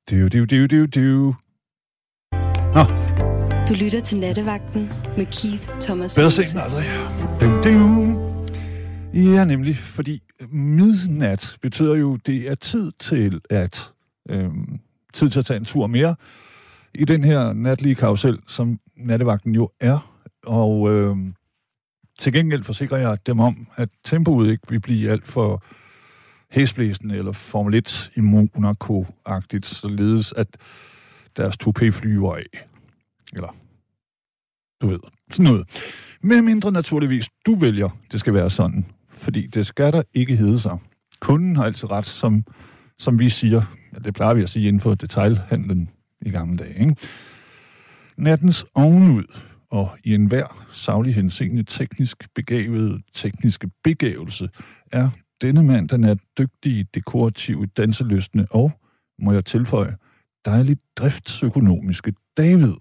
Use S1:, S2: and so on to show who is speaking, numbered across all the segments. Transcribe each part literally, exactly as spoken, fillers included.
S1: Du, du, du, du, du. Nå.
S2: Du lytter til Nattevagten med Keith Thomas.
S1: Bedre sent aldrig. Du, du. Ja, nemlig, fordi midnat betyder jo, det er tid til at øhm, tid til at tage en tur mere i den her natlige karusel, som nattevagten jo er. Og øhm, til gengæld forsikrer jeg dem om, at tempoet ikke vil blive alt for hæsblæsende eller Formel et i Monaco-agtigt, således at deres toupé flyver af. Eller, du ved, sådan noget. Med mindre naturligvis, du vælger, det skal være sådan. Fordi det skal der ikke hedde sig. Kunden har altid ret, som, som vi siger. Ja, det plejer vi at sige inden for detailhandlen i gamle dage. Ikke? Nattens ovenud og i enhver saglig henseende teknisk begavet tekniske begævelse er denne mand, den er dygtige, dekorative, danselystende og, må jeg tilføje, dejligt driftsøkonomiske David.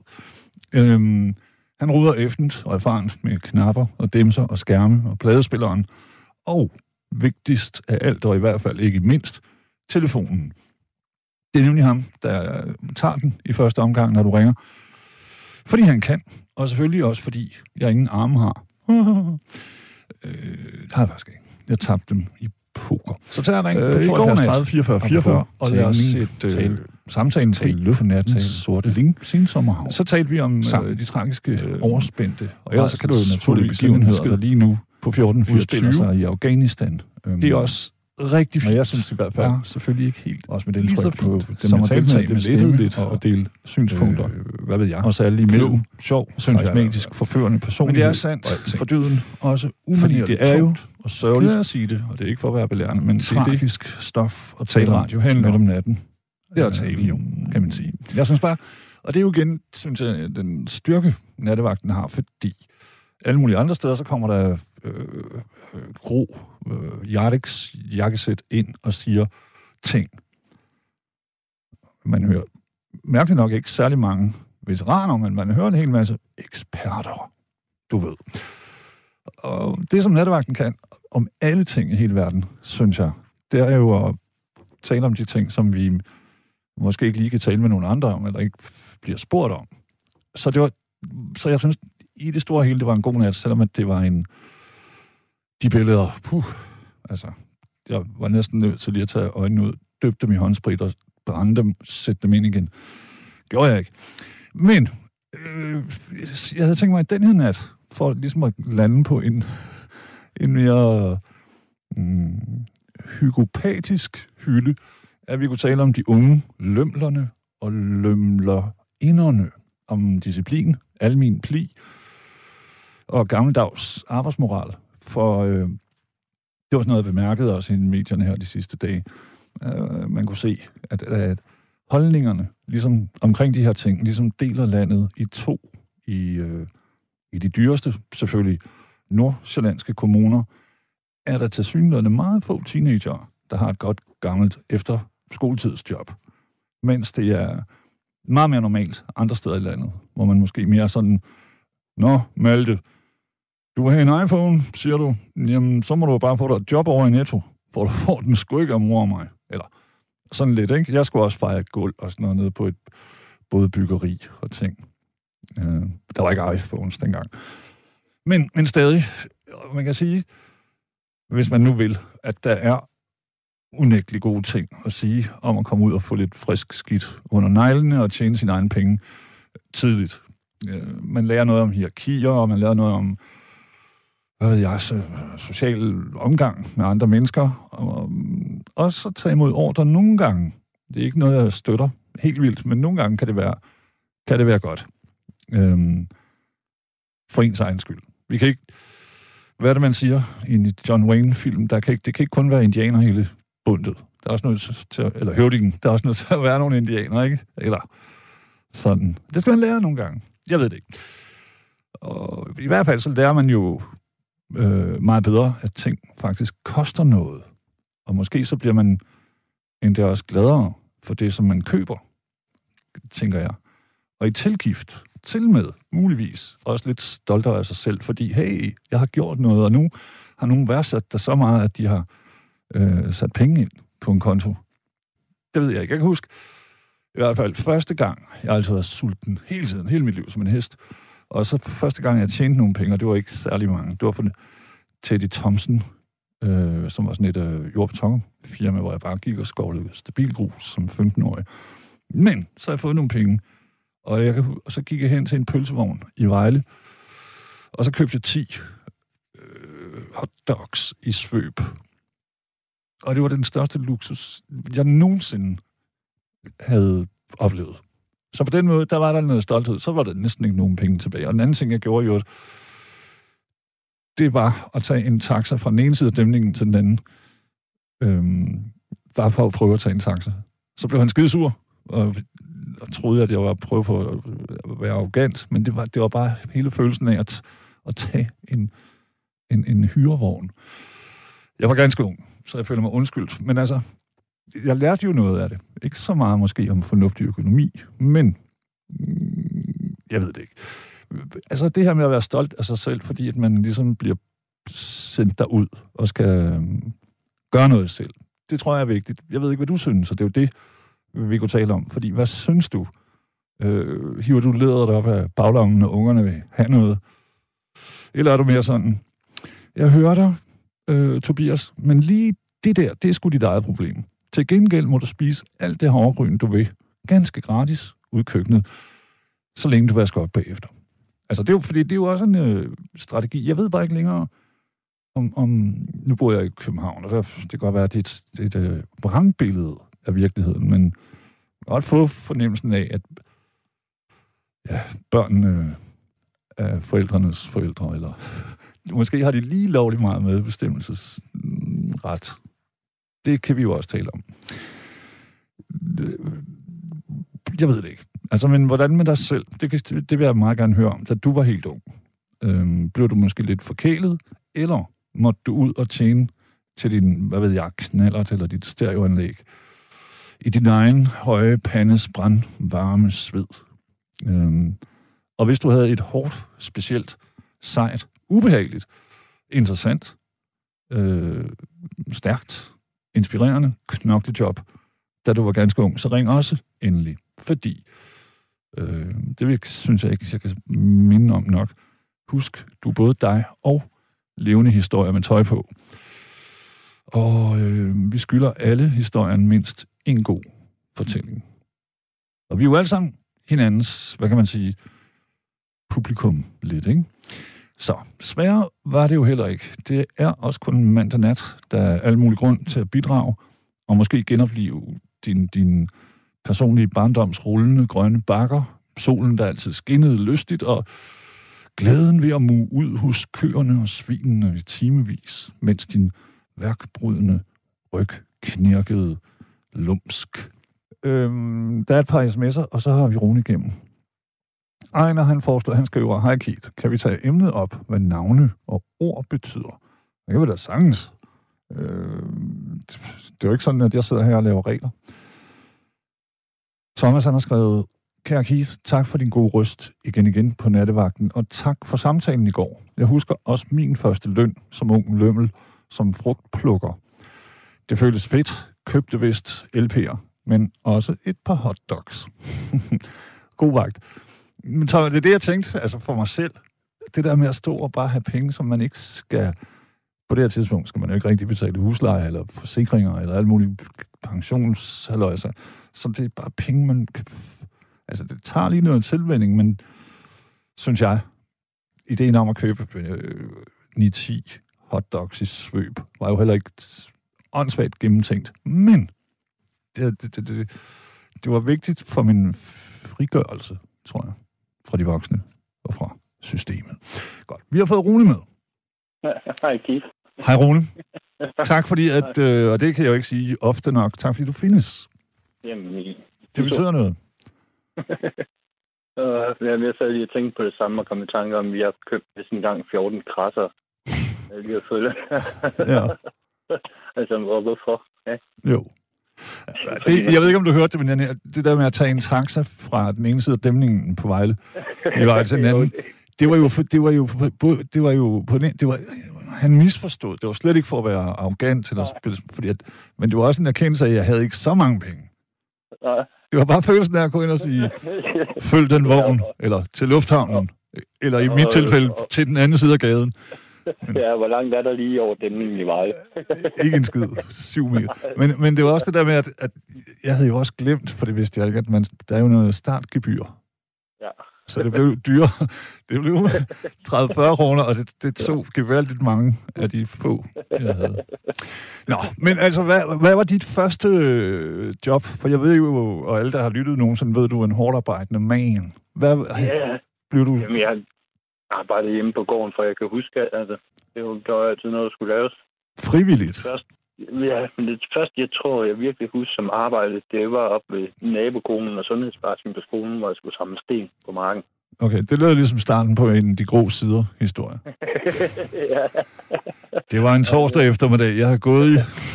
S1: Øhm, han ruder effent og erfarent med knapper og dimser og skærme og pladespilleren. Og vigtigst af alt, og i hvert fald ikke mindst, telefonen. Det er nemlig ham, der tager den i første omgang, når du ringer. Fordi han kan, og selvfølgelig også fordi jeg ingen arme har. øh, det har jeg faktisk ikke. Jeg tabte dem i poker. Så tager jeg ring på tooghalvfjerds tredive fireogfyrre fireogfyrre, og lad os sætte samtalen fri på nattens sorte link sin sommerhavn. Så talte vi om øh, de tragiske øh, overspændte, og ellers så kan du jo naturligvis begivenheder, der lige nu på fjorten fireogtyve sig i Afghanistan. Um, det er også rigtig fint. Og jeg synes i hvert fald, ja, selvfølgelig ikke helt, også med den tryk på dem, som at deltage med stemme lidt og dele synspunkter. Øh, hvad ved jeg? Og så alle imellem. Sjov, symptomatisk, forførende personlighed. Men det er sandt for dyden også umanerligt. Fordi det er jo og sørgeligt at sige det, og det er ikke for at være belærende, men tragisk stof og taleradio handler om natten. Det er at tale jo, kan man sige. Jeg synes bare, og det er jo igen, synes jeg, den styrke, nattevagten har, fordi alle mulige andre steder, så kommer der øh, øh, Gro øh, Jardeks jakkesæt ind og siger ting. Man hører mærkeligt nok ikke særlig mange veteraner, men man hører en hel masse eksperter, du ved. Og det, som nattevagten kan om alle ting i hele verden, synes jeg, det er jo at tale om de ting, som vi måske ikke lige kan tale med nogle andre om, eller ikke bliver spurgt om. Så, det var, så jeg synes, i det store hele, det var en god nat, selvom at det var en... De billeder, puh, altså, jeg var næsten nødt til lige at tage øjnene ud, døbte dem i håndsprit og brændte dem, sætte dem ind igen. Gjorde jeg ikke. Men, øh, jeg havde tænkt mig, at den her nat, for ligesom at lande på en, en mere mm, hygopatisk hylde, at vi kunne tale om de unge lømlerne og lømlerinderne, om disciplin, almen pli og gammeldags arbejdsmoral. For øh, det var sådan noget, jeg bemærkede også i medierne her de sidste dage. Øh, man kunne se, at, at holdningerne ligesom, omkring de her ting ligesom deler landet i to. I, øh, i de dyreste, selvfølgelig nordsjællandske kommuner, er der tilsyneladende meget få teenager, der har et godt gammelt efter skoletidsjob. Mens det er meget mere normalt andre steder i landet, hvor man måske mere sådan, nå, Malte, du vil have en iPhone, siger du, jamen, så må du bare få dig et job over i Netto, for du får den sgu ikke af mor og mig. Eller sådan lidt, ikke? Jeg skulle også fejre gulv og sådan noget nede på et både byggeri og ting. Uh, der var ikke iPhones dengang. Men, men stadig, man kan sige, hvis man nu vil, at der er unægteligt gode ting at sige om at komme ud og få lidt frisk skidt under neglene og tjene sine egne penge tidligt. Uh, man lærer noget om hierarkier, og man lærer noget om hvad ved jeg, så, social omgang med andre mennesker, og også så tage imod ordre nogle gange. Det er ikke noget, jeg støtter helt vildt, men nogle gange kan det være, kan det være godt. Øhm, for ens egen skyld. Vi kan ikke, hvad er det, man siger i en John Wayne-film, der kan ikke, det kan ikke kun være indianer hele bundet. Der er også noget til, eller høvdingen, der er også noget til at være nogle indianer, ikke? Eller sådan. Det skal man lære nogle gange. Jeg ved det ikke. Og i hvert fald så lærer man jo øh, meget bedre, at ting faktisk koster noget. Og måske så bliver man endda også gladere for det, som man køber, tænker jeg. Og i tilgift, til med, muligvis, også lidt stoltere af sig selv, fordi, hey, jeg har gjort noget, og nu har nogen værdsat dig så meget, at de har øh, sat penge ind på en konto. Det ved jeg ikke. Jeg kan huske, I hvert fald første gang, jeg har altid været sulten hele tiden, hele mit liv som en hest. Og så første gang, jeg tjente nogle penge, og det var ikke særlig mange. Det var for Teddy Thompson, øh, som var sådan et øh, jordbetonfirma, hvor jeg bare gik og skovlede stabilgrus som femten-årig. Men så har jeg fået nogle penge, og, jeg, og så gik jeg hen til en pølsevogn i Vejle, og så købte jeg ti øh, hotdogs i svøb. Og det var den største luksus, jeg nogensinde havde oplevet. Så på den måde, der var der noget stolthed. Så var der næsten ikke nogen penge tilbage. Og den anden ting, jeg gjorde jo, det var at tage en taxa fra den ene side af dæmningen til den anden. Øhm, bare for at prøve at tage en taxa. Så blev han skidesur, og, og troede, at jeg var prøve på at være arrogant. Men det var, det var bare hele følelsen af at, at tage en, en, en hyrevogn. Jeg var ganske ung, så jeg føler mig undskyldt. Men altså, jeg lærte jo noget af det. Ikke så meget måske om fornuftig økonomi, men jeg ved det ikke. Altså det her med at være stolt af sig selv, fordi at man ligesom bliver sendt derud og skal gøre noget selv. Det tror jeg er vigtigt. Jeg ved ikke, hvad du synes, og det er jo det, vi kunne tale om. Fordi hvad synes du? Øh, hiver du lederet op af baglommen, når ungerne vil have noget? Eller er du mere sådan, jeg hører dig, øh, Tobias, men lige det der, det er sgu dit eget problem. Til gengæld må du spise alt det havregryn, du vil. Ganske gratis ud i køkkenet, så længe du vasker op bagefter. Altså, det er jo, fordi det er jo også en øh, strategi. Jeg ved bare ikke længere, om, om nu bor jeg i København, og der, det kan godt være, at det er et, et, et vrangbillede af virkeligheden, men jeg har godt fået fornemmelsen af, at ja, børnene er forældrenes forældre, eller måske har de lige lovligt meget med bestemmelsesret. Det kan vi jo også tale om. Jeg ved det ikke. Altså, men hvordan med dig selv? Det, kan, det vil jeg meget gerne høre om. Da du var helt ung, øhm, blev du måske lidt forkælet, eller måtte du ud og tjene til din, hvad ved jeg, knallert eller dit stereoanlæg i din egen høje pandes brandvarme sved? Øhm, og hvis du havde et hårdt, specielt, sejt, ubehageligt, interessant, øh, stærkt, inspirerende knoklejob, da du var ganske ung, så ring også endelig, fordi øh, det synes jeg ikke, jeg kan minde om nok. Husk, du er både dig og levende historier med tøj på. Og øh, vi skylder alle historien mindst en god fortælling. Og vi er jo alle sammen hinandens, hvad kan man sige, publikum lidt, ikke? Så sværere var det jo heller ikke. Det er også kun mandag nat, der er alle mulige grund til at bidrage, og måske genopleve din, din personlige barndoms rullende grønne bakker, solen, der altid skinnede lystigt, og glæden ved at muge ud hos køerne og svinene i timevis, mens din værkbrydende ryg knirkede lumsk. Øhm, der er et par sms'er, og så har vi Rune igennem. Ejner, han foreslår, han skriver, hej Keith, kan vi tage emnet op, hvad navne og ord betyder? Det kan vi da sagtens. Øh, det er jo ikke sådan, at jeg sidder her og laver regler. Thomas, han har skrevet, kære Keith, tak for din gode røst igen igen på nattevagten, og tak for samtalen i går. Jeg husker også min første løn som ung lømmel, som frugtplukker. Det føltes fedt, købte vist L P'er, men også et par hotdogs. God vagt. Men Thomas, det er det, jeg tænkte, altså for mig selv. Det der med at stå og bare have penge, som man ikke skal... På det her tidspunkt skal man jo ikke rigtig betale husleje, eller forsikringer, eller alle mulige pensionshalløjser. Så det er bare penge, man kan... Altså, det tager lige noget tilvænning, men synes jeg, ideen om at købe øh, ni ti hotdogs i svøb, var jo heller ikke åndssvagt gennemtænkt. Men det, det, det, det, det var vigtigt for min frigørelse, tror jeg, fra de voksne og fra systemet. Godt. Vi har fået Rune med.
S3: Hej, Keith.
S1: Hej, Rune. Tak fordi, at, øh, og det kan jeg jo ikke sige ofte nok, tak fordi du findes.
S3: Jamen,
S1: det betyder noget.
S3: uh, jeg sad lige og tænkte på det samme og kom i tanke om, at vi har købt vist en gang fjorten krasser. Jeg lige har følt.
S1: Ja.
S3: Altså, hvorfor? Ja.
S1: Jo. Det, jeg ved ikke, om du hørte det, men det der med at tage en taxa fra den ene side af dæmningen på Vejle, i Vejle til den anden, det var jo, det var jo, det var jo på den, det var, han misforstod. Det var slet ikke for at være arrogant, eller spille, fordi at, men det var også en erkendelse af, at jeg havde ikke så mange penge.
S3: Nej,
S1: Det var bare følelsen af at gå ind og sige, følg den vogn, eller til lufthavnen, eller i mit tilfælde til den anden side af gaden.
S3: Men, ja, hvor langt er der lige over den egentlig vej?
S1: Ikke en skid. Syv meter. Men, men det var også det der med, at, at jeg havde jo også glemt, for det vidste jeg ikke, at man, der er jo noget startgebyr.
S3: Ja.
S1: Så det blev dyrere. Det blev tredive til fyrre kroner, og det, det tog gevaldigt mange af de få, jeg havde. Nå, men altså, hvad, hvad var dit første job? For jeg ved jo, og alle, der har lyttet nogensinde, ved du er en hårdt arbejdende man. Hvad
S3: ja.
S1: blev du?
S3: Jamen, jeg arbejdede hjemme på gården, for jeg kan huske, at altså, det var, der var altid noget, der skulle laves.
S1: Frivilligt?
S3: Først, ja, men det første, jeg tror, jeg virkelig husker som arbejde, det var op ved nabokonen og sundhedsplejersken på skolen, hvor jeg skulle samle sten på marken.
S1: Okay, det lød ligesom starten på en de grå sider historie.
S3: Ja.
S1: Det var en torsdag eftermiddag, jeg havde gået i.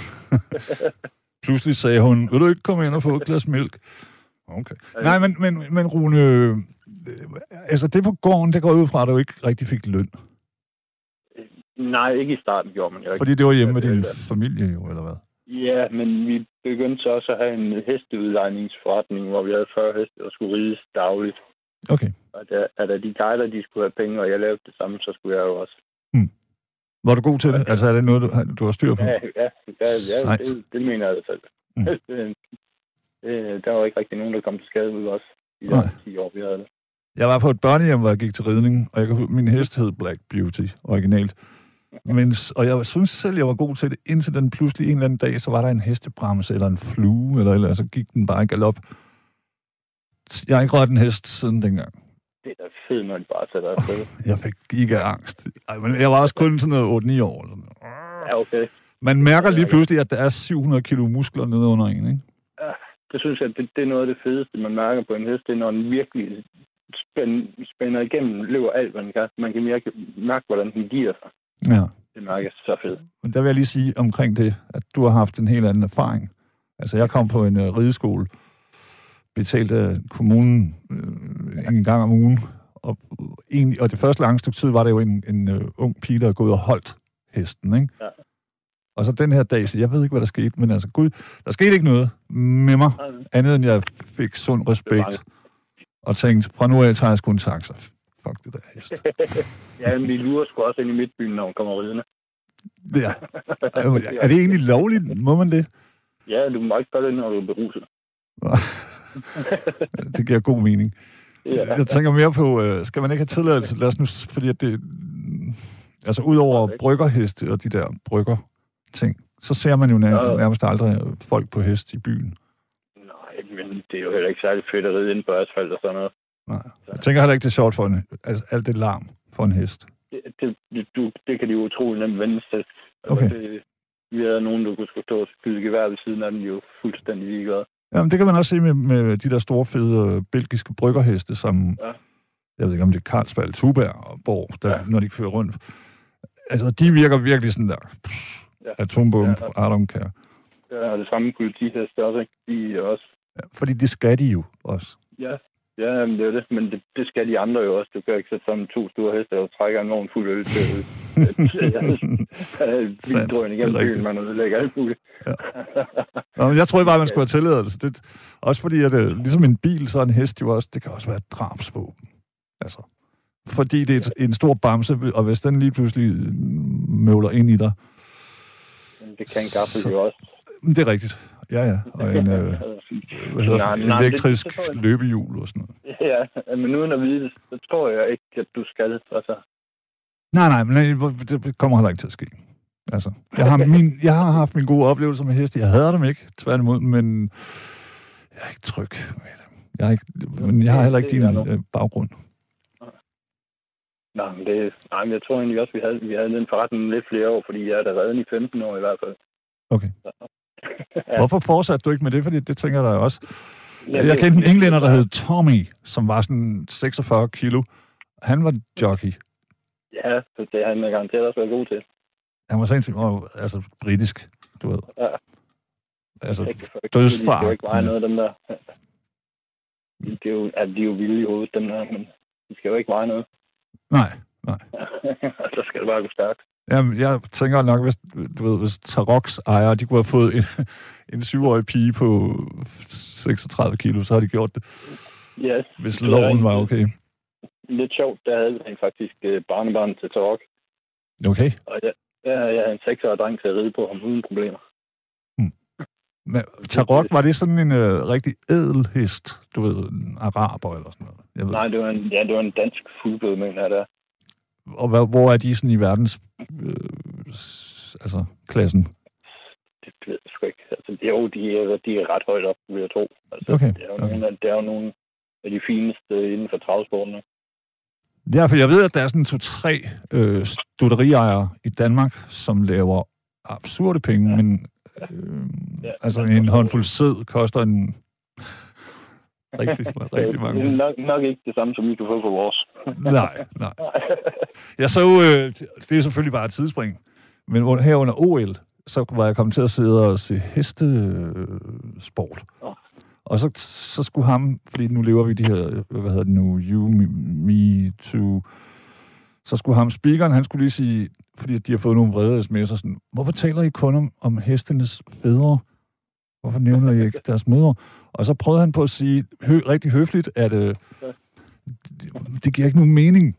S1: Pludselig sagde hun, vil du ikke komme ind og få et glas mælk? Okay. Nej, men, men, men Rune, øh, altså det på gården, det går ud fra, at du ikke rigtig fik løn.
S3: Nej, ikke i starten gjorde man jo ikke.
S1: Fordi det var hjemme med din familie jo, eller hvad?
S3: Ja, men vi begyndte så også at have en hesteudlejningsforretning, hvor vi havde fyrre heste, der skulle rides dagligt.
S1: Okay.
S3: Og der, at de guider, de skulle have penge, og jeg lavede det samme, så skulle jeg jo også.
S1: Hmm. Var du god til det? Altså er det noget, du, du har styr på?
S3: Ja, ja, ja, ja det, det mener jeg selv. Mm. det, det, der var ikke rigtig nogen, der kom til skade ud også i de ti år, vi havde det.
S1: Jeg var på et børnehjem, hvor jeg gik til ridning, og jeg kan, min hest hed Black Beauty, originalt. Men, og jeg synes selv, jeg var god til det, indtil den pludselig en eller anden dag, så var der en hestebremse eller en flue, eller, eller så gik den bare i galop. Jeg har ikke rørt en hest siden dengang.
S3: Det er da fedt, når de bare sætter afsted.
S1: Jeg fik ikke angst. Ej, men jeg var også kun sådan noget otte ni år. Eller noget.
S3: Ja, okay.
S1: Man mærker lige pludselig, at der er syv hundrede kilo muskler nede under en, ikke?
S3: Ja, det synes jeg, det, det er noget af det fedeste, man mærker på en hest. Det er, når den virkelig spænd, spænder igennem, løber alt, hvad den kan. Man kan mærke, mærke hvordan den giver sig.
S1: Ja.
S3: Det mærker så fedt. Men
S1: der vil jeg lige sige omkring det, at du har haft en helt anden erfaring. Altså, jeg kom på en uh, rideskole, betalt af kommunen øh, en gang om ugen, og, egentlig, og det første lange stykke tid var det jo en, en uh, ung pige, der gået og holdt hesten, ikke? Ja. Og så den her dag, så jeg ved ikke, hvad der skete, men altså, gud, der skete ikke noget med mig, andet end jeg fik sund respekt, og tænkte, fra nu af tager jeg sgu en taxa. Fuck det der hest.
S3: Ja, men vi lurer sgu også ind i midtbyen, når hun kommer ridende.
S1: Ja. Er det egentlig lovligt? Må man det?
S3: Ja, du må ikke gøre det, når du er beruset.
S1: Det giver god mening.
S3: Ja.
S1: Jeg tænker mere på, skal man ikke have tilladelse? Lad os nu, fordi at det... Altså, udover bryggerheste og de der brygger-ting, så ser man jo nær, nærmest aldrig folk på hest i byen.
S3: Nej, men det er jo heller ikke særlig fedt at ride ind på asfalt og sådan noget.
S1: Nej. Jeg tænker heller ikke, det er sjovt for en... Altså, alt det larm for en hest.
S3: Det, det, du, det kan de jo utroligt nemt vende sig.
S1: Okay.
S3: Det, vi havde nogen, der kunne stå og skyde gevær ved siden af den, jo fuldstændig ligeglade.
S1: Jamen, det kan man også se med, med de der store, fede øh, belgiske bryggerheste, som... Ja. Jeg ved ikke, om det er Carlsberg, Tuberg og Borg, der, ja. Når de kører rundt. Altså, de virker virkelig sådan der... Pff, ja. Atombombe, ja, I don't care.
S3: Ja, og det samme politiheste også, ikke? De er også...
S1: Ja, fordi det skal de jo også.
S3: Ja, ja, men det er det. Men det, det skal de andre jo også. Du kan ikke sætte sammen to store heste og trække en vogn fuld øl til ud. Vildrøen igennem byen, man ødelægger alt muligt. Ja. Nå, men jeg tror bare, man skulle have tilladelse. Det, også fordi, at det, ligesom en bil, så er en hest jo også, det kan også være et drabsvåben. Altså, fordi det er et, en stor bamse, og hvis den lige pludselig møvler ind i dig... Det kan en gaffel jo også. Det er rigtigt. Ja, ja. Og en, øh, hvad hedder nej, det, nej, elektrisk det, det løbehjul og sådan noget. Ja, men uden at vide det, så tror jeg ikke, at du skal. Altså. Nej, nej, men det kommer heller ikke til at ske. Altså, jeg har, min, jeg har haft min gode oplevelser med heste. Jeg hader dem ikke, tværtimod, men jeg er ikke tryg med dem. Jeg, er ikke, men jeg har heller ikke din øh, baggrund. Nej, men, det, nej, men jeg tror egentlig også, vi havde, vi havde den forretning lidt flere år, fordi jeg er der redden i femten år i hvert fald. Okay. Ja. Hvorfor fortsatte du ikke med det? Fordi det tænker jeg da også. Jeg, jeg kendte en englænder, der hed Tommy, som var sådan seksogfyrre kilo. Han var jockey. Ja, så det har han garanteret også været god til. Han var sindssygt, altså britisk, du ved. Ja. Altså dødsfart. Det er jo ikke veje noget, dem der. Det er jo, altså, de er jo vilde i hovedet, dem der, men de skal jo ikke veje noget. Nej, nej. Så skal det bare gå stærkt.
S1: Jamen, jeg tænker nok, hvis, du ved, hvis Taroks ejer, de kunne have fået en, en syvårig pige på seksogtredive kilo, så har de gjort det.
S4: Yes.
S1: Hvis loven var okay.
S4: Lidt sjovt, der havde jeg faktisk barnebarn til Tarok.
S1: Okay.
S4: Og jeg, jeg, jeg havde en seksårig dreng til at ride på ham uden problemer.
S1: Hmm. Men Tarok, var det sådan en uh, rigtig ædel hest? Du ved, en araber eller sådan noget? Jeg ved.
S4: Nej, det var en, ja, det var en dansk fuldblod, mener jeg der.
S1: Og hvad, hvor er de sådan i verdens øh, altså klassen?
S4: Det ved jeg sgu ikke. Altså, jo, de er, de er ret højt op, vil jeg tro. Altså,
S1: okay.
S4: Det er jo
S1: okay.
S4: nogle, det er jo nogle af de fineste inden for travsporten.
S1: Ja, for jeg ved, at der er sådan to-tre øh, stutteriejere i Danmark, som laver absurde penge, ja. men øh, ja, altså en håndfuld sæd koster en rigtig, rigtig mange.
S4: Det er nok, nok ikke det samme, som I kan få på vores.
S1: nej, nej. Jeg så, øh, det er selvfølgelig bare et tidsspring, men her under O L, så var jeg kommet til at sidde og se hestesport. Oh. Og så, så skulle ham, fordi nu lever vi de her, hvad hedder det nu, you, me, me too, så skulle ham, speakeren, han skulle lige sige, fordi de har fået nogle vrede sms'er, sådan, hvorfor taler I kun om, om hestenes fædre? Hvorfor nævner I ikke deres mødre? Og så prøvede han på at sige, hø, rigtig høfligt, at øh, det, det giver ikke nogen mening.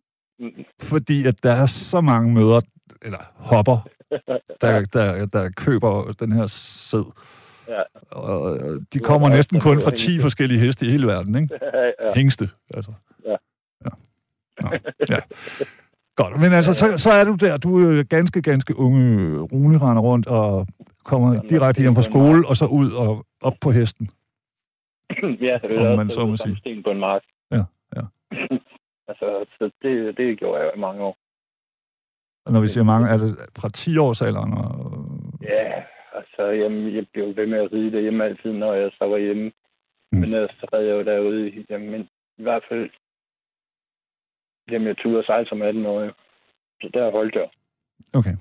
S1: Fordi at der er så mange mødre, eller hopper, der, der, der køber den her sæd. Ja. Og de kommer ja, næsten kun fra ti forskellige heste i hele verden, ikke? Ja, ja. Hængste, altså. Ja. Ja. Nå, ja. Godt, men altså, så, så er du der. Du er ganske, ganske unge. Rune render rundt og kommer direkte hjem fra skole, og så ud og op på hesten.
S4: Ja, det er også man, så sten på en mark.
S1: Ja, ja.
S4: Altså, så det, det gjorde jeg i mange år.
S1: Og når vi siger mange, er det fra ti-årsalderen? Og...
S4: Ja, altså, jamen, jeg blev ved med at ride derhjemme altid, når jeg så var hjemme. Mm. Men ellers så red jeg jo derude. Jamen, i hvert fald, jamen, jeg turde sejle som atten-årig. Så der holdt jeg.
S1: Okay.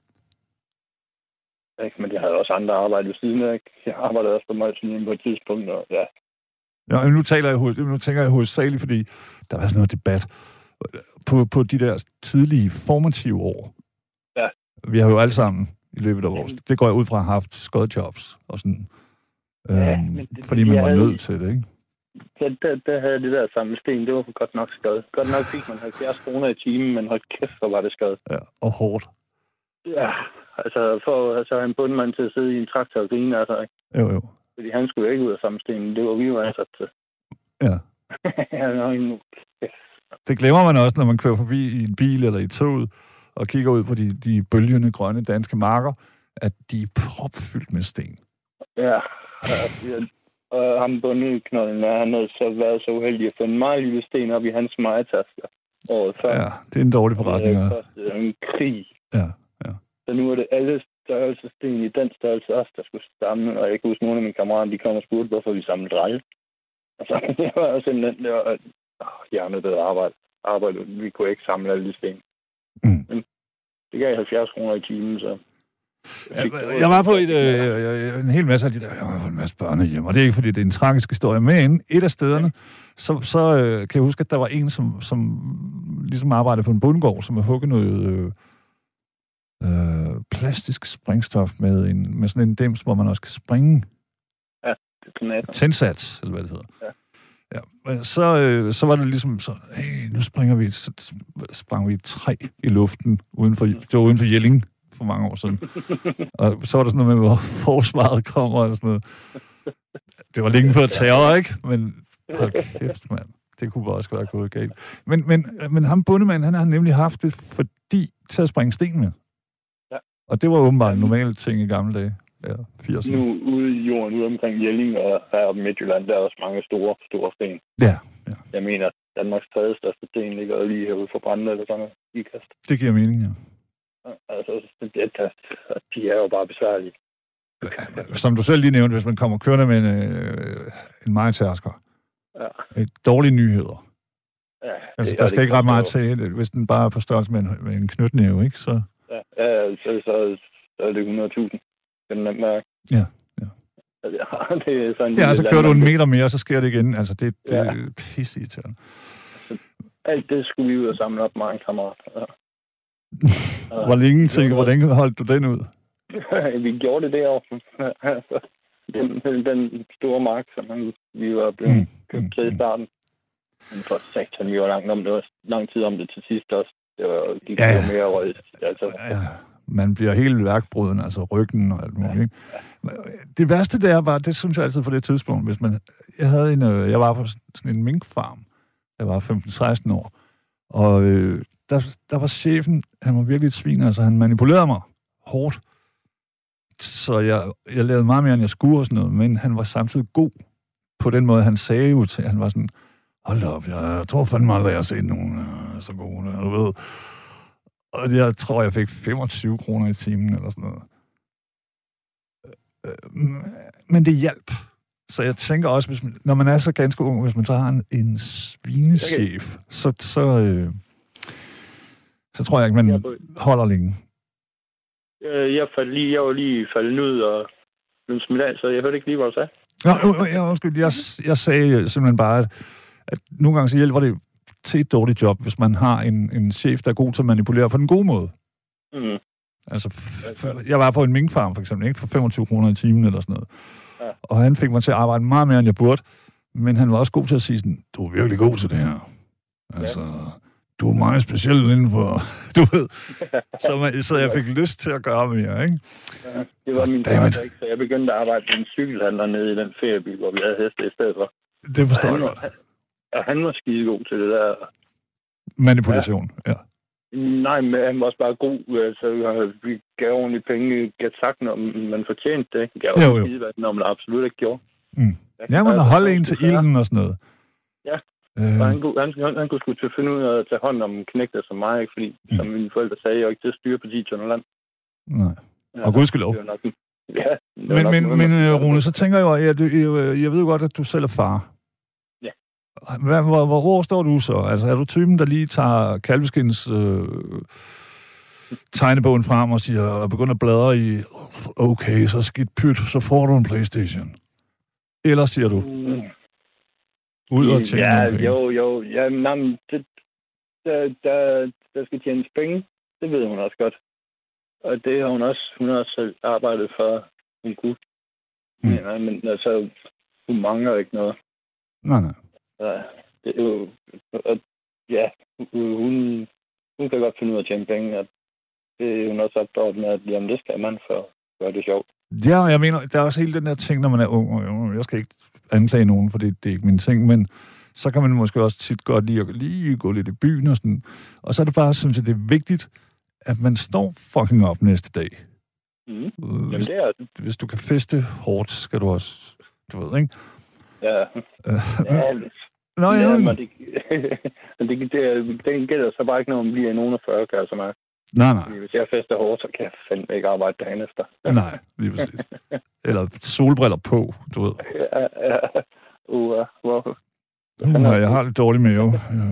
S4: Ikke? Men jeg havde også andre arbejde ved siden af. Ikke? Jeg arbejdede også på Møjsen på et tidspunkt, og ja.
S1: Ja, men nu, taler jeg, nu tænker jeg hovedsageligt, fordi der var sådan noget debat på, på de der tidlige formative år.
S4: Ja.
S1: Vi har jo alle sammen i løbet af vores... Det går jeg ud fra at have haft skodjobs og sådan. Ja, øhm, det, fordi man var havde, nødt til det, ikke?
S4: Ja, der, der havde det der samme sten. Det var godt nok skød. Godt nok fik man halvfjerds kroner i timen, men hold kæft, hvor var det skød.
S1: Ja, og hårdt.
S4: Ja, altså for altså, en bundmand til at sidde i en traktor og grine, altså, ikke?
S1: Jo, jo.
S4: Fordi han skulle jo ikke ud af samme sten. Det var vi jo ansat til.
S1: Ja.
S4: ja
S1: det glemmer man også, når man kører forbi i en bil eller i toget, og kigger ud på de, de bølgende grønne danske marker, at de er propfyldt med sten.
S4: Ja, ja. Og ham bundeknolden, han havde så været så uheldig at få en meget lille sten op i hans majetasker året før.
S1: Ja, det er en dårlig forretning.
S4: Det er en krig.
S1: Ja, ja.
S4: Så nu er det alle størrelsesten i den størrelse også, der skulle stamme. Og jeg kan huske, nogle af mine kammerater, de kom og spurgte, hvorfor vi samlede dreje. Altså, det var jo simpelthen, det var åh, hjernedød arbejde. arbejde. Vi kunne ikke samle alle de sten.
S1: Mm.
S4: Men det gav halvfjerds kroner i timen, så...
S1: Jeg, jeg var på et, øh, en hel masse af de der, jeg var på en masse børnehjem, og det er ikke, fordi det er en tragisk historie, men et af stederne, så, så øh, kan jeg huske, at der var en, som, som ligesom arbejdede på en bundgård, som havde hugget noget øh, øh, plastisk springstof med, en, med sådan en dims, hvor man også kan springe.
S4: Ja, det er
S1: tændsats, eller hvad det hedder.
S4: Ja.
S1: Ja, men så, øh, så var det ligesom så, hey, nu springer vi, så sprang vi et træ i luften uden for, det var uden for Jelling for mange år siden. Og så var der sådan noget med, hvor forsvaret kommer og sådan noget. Det var længe før terror, ikke? Men hold kæft, mand. Det kunne også være gået galt. Men, men, men ham bundemanden, han har nemlig haft det, fordi til at springe sten med.
S4: Ja.
S1: Og det var åbenbart en normal ting i gamle dage. Ja, firserne.
S4: Nu ude i jorden, ude omkring Jelling og heroppe i Midtjylland, der er også mange store, store sten.
S1: Ja, ja.
S4: Jeg mener, Danmarks tredje største sten ligger lige herude for Brande eller sådan noget. Ikast.
S1: Det giver mening, ja.
S4: Altså, det, det, de er jo bare besværlige.
S1: Som du selv lige nævnte, hvis man kommer kørende med en, øh, en majtærsker.
S4: Ja.
S1: Et dårlige nyheder.
S4: Ja,
S1: altså, der skal ikke ret meget til, hvis den bare er på størrelse med en, med en knytnæve, ikke? Så...
S4: Ja, ja så, så, så er det hundrede tusind. Kan man mærke.
S1: Ja, ja.
S4: Altså, ja, det er sådan
S1: ja, så kører du en meter mere, så sker det igen. Altså, det, det ja. er pisseirriterende.
S4: Altså, alt det skulle vi ud og samle op, mange kammerater. Ja.
S1: Hvor længe tænker, hvordan holdt du den ud?
S4: Vi gjorde det derovre. Altså, den, den store mark, som han, vi var blevet mm. købt til i starten. Men for satan, vi var langt om det. Var lang tid om det til sidst også. Det var, de
S1: ja, ja.
S4: mere rødt. Altså.
S1: Ja, man bliver helt værkbruden, altså ryggen og alt muligt. Ja, ja. Det værste der var, det synes jeg altid på det tidspunkt, hvis man... Jeg havde en... Jeg var på sådan en minkfarm. Jeg var femten seksten år. Og øh, der, der var chefen, han var virkelig et svin, altså han manipulerede mig hårdt. Så jeg, jeg lavede meget mere, end jeg skulle og sådan noget, men han var samtidig god på den måde, han sagde jo til. Han var sådan, hold op, jeg, jeg tror fandme aldrig, jeg har set nogen øh, så gode, du ved. Og jeg tror, jeg fik femogtyve kroner i timen eller sådan noget. Men det hjalp. Så jeg tænker også, hvis man, når man er så ganske ung, hvis man så har en, en svinechef, okay. så, så, øh, så tror jeg ikke, man holder længe.
S4: Jeg, faldt lige, jeg var lige faldet ud og blev smidt af, så jeg hørte ikke lige, hvad du sagde.
S1: Nå, jeg, undskyld, jeg, jeg sagde simpelthen bare, at, at nogle gange så hjælper det til et dårligt job, hvis man har en, en chef, der er god til at manipulere på den gode måde. Mm. Altså, f- jeg var på en minkfarm for eksempel, ikke for femogtyve kroner i timen eller sådan noget. Ja. Og han fik mig til at arbejde meget mere, end jeg burde. Men han var også god til at sige sådan, du er virkelig god til det her. Altså, ja. Du er meget speciel indenfor, du ved. Så, man, så jeg fik lyst til at gøre mere, ikke?
S4: Ja, det var min far, ikke? Så jeg begyndte at arbejde med en cykelhandler nede i den ferieby, hvor vi havde heste i stedet for.
S1: Det forstår jeg godt.
S4: Og han var skidegod til det der.
S1: Manipulation, ja. ja.
S4: Nej, men han var også bare god. Altså, vi gav ordentligt penge. Gav sagt, når man fortjente det. Gav jo, jo. Skide, når man absolut ikke gjorde.
S1: Mm. Ja, man har holdt en til ilden og sådan noget.
S4: Ja. Øh. Og han, han, han, han kunne sgu til at finde ud af at tage hånd om knægter som mig, ikke? Fordi, mm. som mine forældre sagde, jeg er ikke til at styre på ti tønder land.
S1: Nej. Og gudskelov.
S4: Ja,
S1: men, men, men Rune, så tænker jeg jo, jeg, jeg, jeg ved jo godt, at du selv er far.
S4: Ja.
S1: Hvor, hvor, hvor, hvor står du så? Altså, er du typen, der lige tager kalveskins øh, tegnebogen frem og siger, og begynder at bladre i, okay, så skidt pyt, så får du en PlayStation? Eller siger du, mm. ud og tjene
S4: ja,
S1: nogle penge?
S4: Jo, jo. Ja, men, det, der, der, der skal tjenes penge. Det ved hun også godt. Og det har hun også, hun har også selv arbejdet for en gut. Mm. Ja, men altså, hun mangler ikke noget.
S1: Nej, nej.
S4: Ja, det er jo, og, ja, hun, hun kan godt finde ud af at tjene penge, og det er hun også opdraget med, at jamen, det skal man for at gøre det sjovt.
S1: Ja, jeg mener, der er også hele den der ting, når man er ung, og jeg skal ikke anklage nogen, for det, det er ikke min ting, men så kan man måske også tit godt lige, lige gå lidt i byen og sådan. Og så er det bare, synes jeg, det er vigtigt, at man står fucking op næste dag.
S4: Mm.
S1: Hvis,
S4: Jamen, det er det.
S1: Hvis du kan feste hårdt, skal du også, du ved, ikke?
S4: Ja. Ja,
S1: Nå, ja.
S4: ja men det, det, det, det gælder så bare ikke, når man bliver nogen af fyrre, kan jeg så mærke.
S1: Nej, nej.
S4: Fordi hvis jeg fester hårdt, så kan jeg fandme ikke arbejde dagen efter.
S1: Nej, lige præcis. Eller solbriller på, du ved.
S4: Ja, ja. Uh, wow.
S1: Uh, jeg har lidt dårlig mave.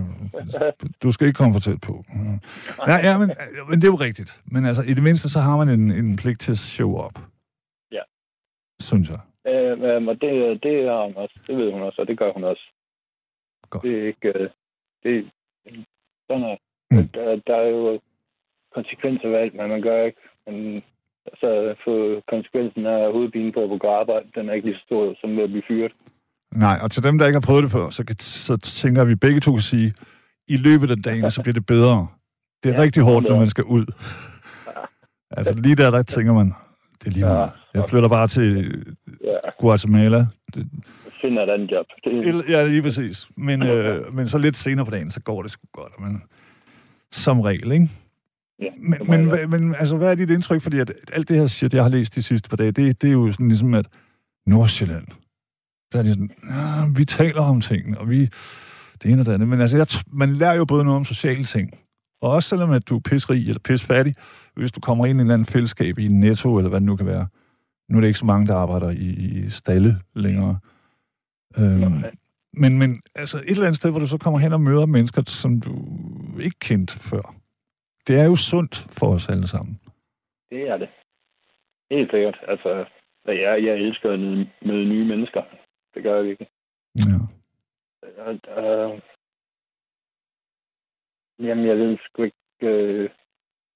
S1: Du skal ikke komme for tæt på. Ja, ja men, men det er jo rigtigt. Men altså, i det mindste, så har man en, en pligt til at show up.
S4: Ja.
S1: Synes jeg.
S4: Øh, og det, det har hun også. Det ved hun også, og det gør hun også.
S1: Godt.
S4: Det er ikke... Det, sådan er, mm. der, der er jo konsekvenser ved alt, men man gør ikke. Men, altså, for konsekvensen af hovedpine på at gå arbejde, den er ikke lige så stor, som ved at blive fyret. Nej,
S1: og til dem, der ikke har prøvet det før, så, kan, så tænker jeg, at vi begge to kan sige, i løbet af dagen, så bliver det bedre. Det er ja, rigtig hårdt, når man skal ud. Ja. Altså lige der, der tænker man, det er lige meget. Ja, jeg flytter bare til ja. Guatemala. Det...
S4: finder et andet job. Det...
S1: Ja, lige præcis. Men, øh, men så lidt senere på dagen, så går det sgu godt. Men, som regel, ikke?
S4: Ja,
S1: men, men, men, men altså, hvad er dit indtryk? Fordi at alt det her shit, jeg har læst de sidste par dage, det, det er jo sådan ligesom, at Nordsjælland, der er de sådan, ja, vi taler om tingene, og vi det ene og det andet. Men altså, jeg, man lærer jo både noget om sociale ting. Og også selvom at du er pisrig eller pisfattig, hvis du kommer ind i en eller anden fællesskab i en Netto, eller hvad det nu kan være. Nu er det ikke så mange, der arbejder i, i stalle længere. Øhm, okay. men, men altså, et eller andet sted, hvor du så kommer hen og møder mennesker, som du ikke kendte før. Det er jo sundt for os alle sammen.
S4: Det er det. Helt sikkert. Altså, jeg, jeg elsker at møde nye mennesker. Det gør jeg virkelig.
S1: Ja.
S4: Uh, uh, jamen, jeg ved sgu ikke... Uh,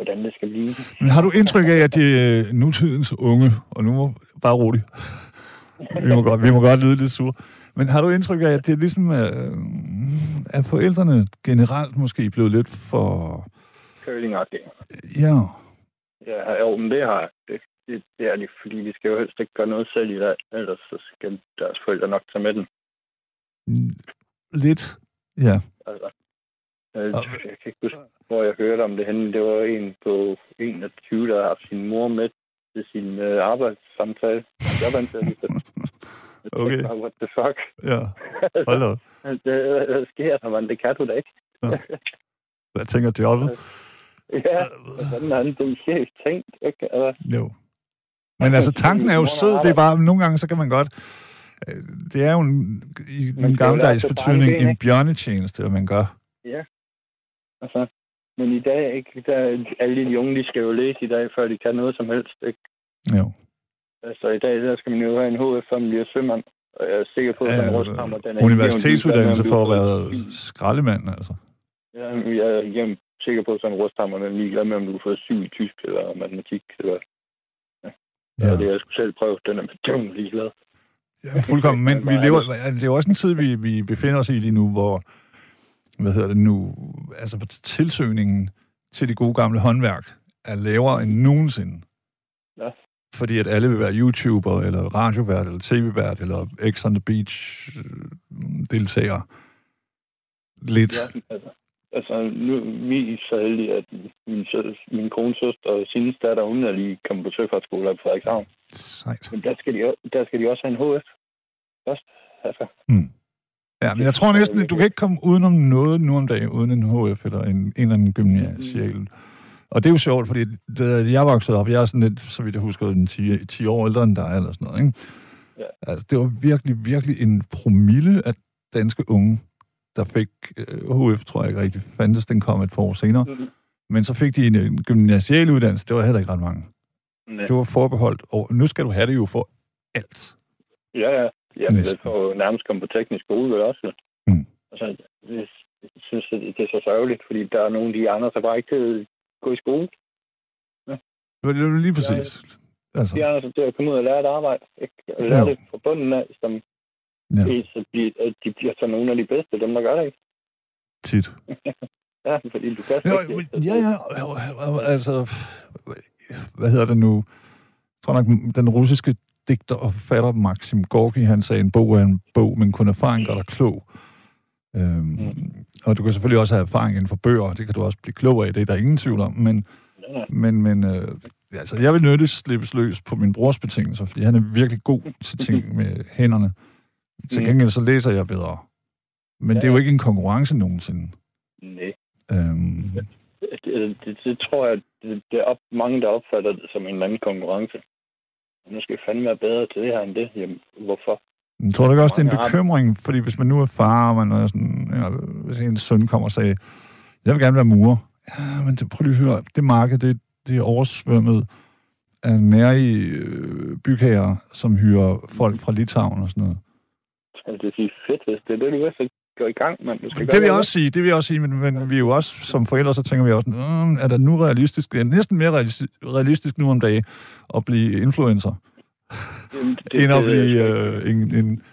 S4: hvordan det skal blive.
S1: Men har du indtryk af, at det er nutidens unge, og nu må bare roligt, vi må godt, vi må godt lyde lidt sur, men har du indtryk af, at det er ligesom, øh, at forældrene generelt måske blevet lidt for...
S4: Curling-agtigt.
S1: Ja.
S4: Ja, jo, men det har jeg. Det, det, det er det, fordi vi skal jo helst ikke gøre noget selv i dag, ellers så skal deres forældre nok tage med den.
S1: Lidt, ja.
S4: Altså, jeg, jeg kan ikke huske, hvor jeg hørte om det henne. Det var en på enogtyve, der har haft sin mor med til sin øh, arbejdssamtale. Jobansættelse.
S1: Okay.
S4: Tænkte, what the fuck?
S1: Ja, hold op.
S4: det, hvad sker der, man? Det kan du da ikke.
S1: Ja. Hvad tænker jobbet?
S4: Ja, sådan har han det helt tænkt, ikke? Altså,
S1: jo. Men altså, tanken er jo sød. Det er bare, nogle gange, så kan man godt... Det er jo en, i en gammeldags betydning en bjørnetjeneste, hvad man gør.
S4: Ja. Altså, men i dag, ikke? Der, alle de unge, de skal jo læse i dag, før de kan noget som helst, ikke?
S1: Jo.
S4: Altså, i dag, der skal man jo have en H F, for man bliver sømand. Og jeg er sikker på, at den rusthammer, den er...
S1: Universitetsuddannelse for at være skraldemand, altså.
S4: Ja, jeg er hjem sikker på, at sådan en rusthammer, den er ligeglad med, om du får syv i tysk eller matematik, eller... Ja, ja. Det er jeg skulle selv prøve, den er med døvn ligeglad.
S1: Ja, fuldkommen, men vi lever, det er jo også en tid, vi, vi befinder os i lige nu, hvor, hvad hedder det nu, altså tilsøgningen til de gode gamle håndværk er lavere end nogensinde.
S4: Ja.
S1: Fordi at alle vil være YouTuber, eller radiovært, eller tv-vært, eller X on the Beach deltagere. Lidt.
S4: Ja, altså, altså nu vi er så heldige, at min, min kones søster og Sines datter, hun er lige kommet på søfartsskole på Frederikshavn.
S1: Sejt.
S4: Men der skal, de, der skal de også have en H F først. Altså.
S1: Mm. Ja, men jeg tror næsten, at du kan ikke komme udenom noget nu om dagen, uden en H F eller en, en eller anden gymnasial. Mm. Og det er jo sjovt, fordi da jeg voksede op, jeg er sådan lidt, så vidt jeg husker, en ti, ti år ældre end dig, eller sådan noget, ikke?
S4: Ja.
S1: Altså, det var virkelig, virkelig en promille af danske unge, der fik uh, H F, tror jeg ikke rigtig fandtes, den kom et par år senere. Mm-hmm. Men så fik de en, en gymnasial uddannelse, det var heller ikke ret mange. Nej. Det var forbeholdt, og nu skal du have det jo for alt.
S4: Ja, ja. Jamen, det får nærmest komme på teknisk skole, vel også.
S1: Mm.
S4: Altså, det, jeg synes, det er så sørgeligt, fordi der er nogle af de andre, der bare ikke kan gå i skole. Ja.
S1: Det var det lige præcis.
S4: Ja, altså. De andre, der kommer ud og lære et arbejde, ikke? Og lære ja. det fra bunden af, som ja. det, så bliver, at de bliver så nogle af de bedste, dem der gør det, ikke?
S1: Tit.
S4: Ja, fordi du kan
S1: jo, ikke. Ja, ja, altså, hvad hedder det nu? Jeg tror nok, den russiske digter og forfatter Maxim Gorki, han sagde, en bog er en bog, men kun erfaring gør dig klog. Øhm, mm. Og du kan selvfølgelig også have erfaring inden for bøger, det kan du også blive klog af, det er der ingen tvivl om, men, ja. men, men øh, altså, jeg vil nødt slippes løs på min brors betingelser, fordi han er virkelig god til ting med hænderne. Til gengæld så læser jeg bedre. Men ja. det er jo ikke en konkurrence nogensinde.
S4: Nej.
S1: Øhm,
S4: det, det, det tror jeg, det, det er op, mange, der opfatter det som en anden konkurrence. Nu skal jeg fandme være bedre til det her end det. Jamen, hvorfor?
S1: Jeg tror du ikke også, det er en bekymring? Fordi hvis man nu er far, og man er sådan, ja, hvis en søn kommer og siger, jeg vil gerne være murer. Ja, men det, prøv lige at høre, det marked, det, det er oversvømmet af nærige øh, bygherrer, som hyrer folk fra Litauen og sådan noget.
S4: Altså, det er fedt, hvis det er det, du vil, så gå i gang, man.
S1: Det vil jeg også sige, det vil jeg også sige, men, men vi er jo også, som forældre, så tænker vi også, mm, er der nu realistisk, det er næsten mere realistisk, realistisk nu om dagen, at blive influencer, Jamen, det, end at blive øh, en... en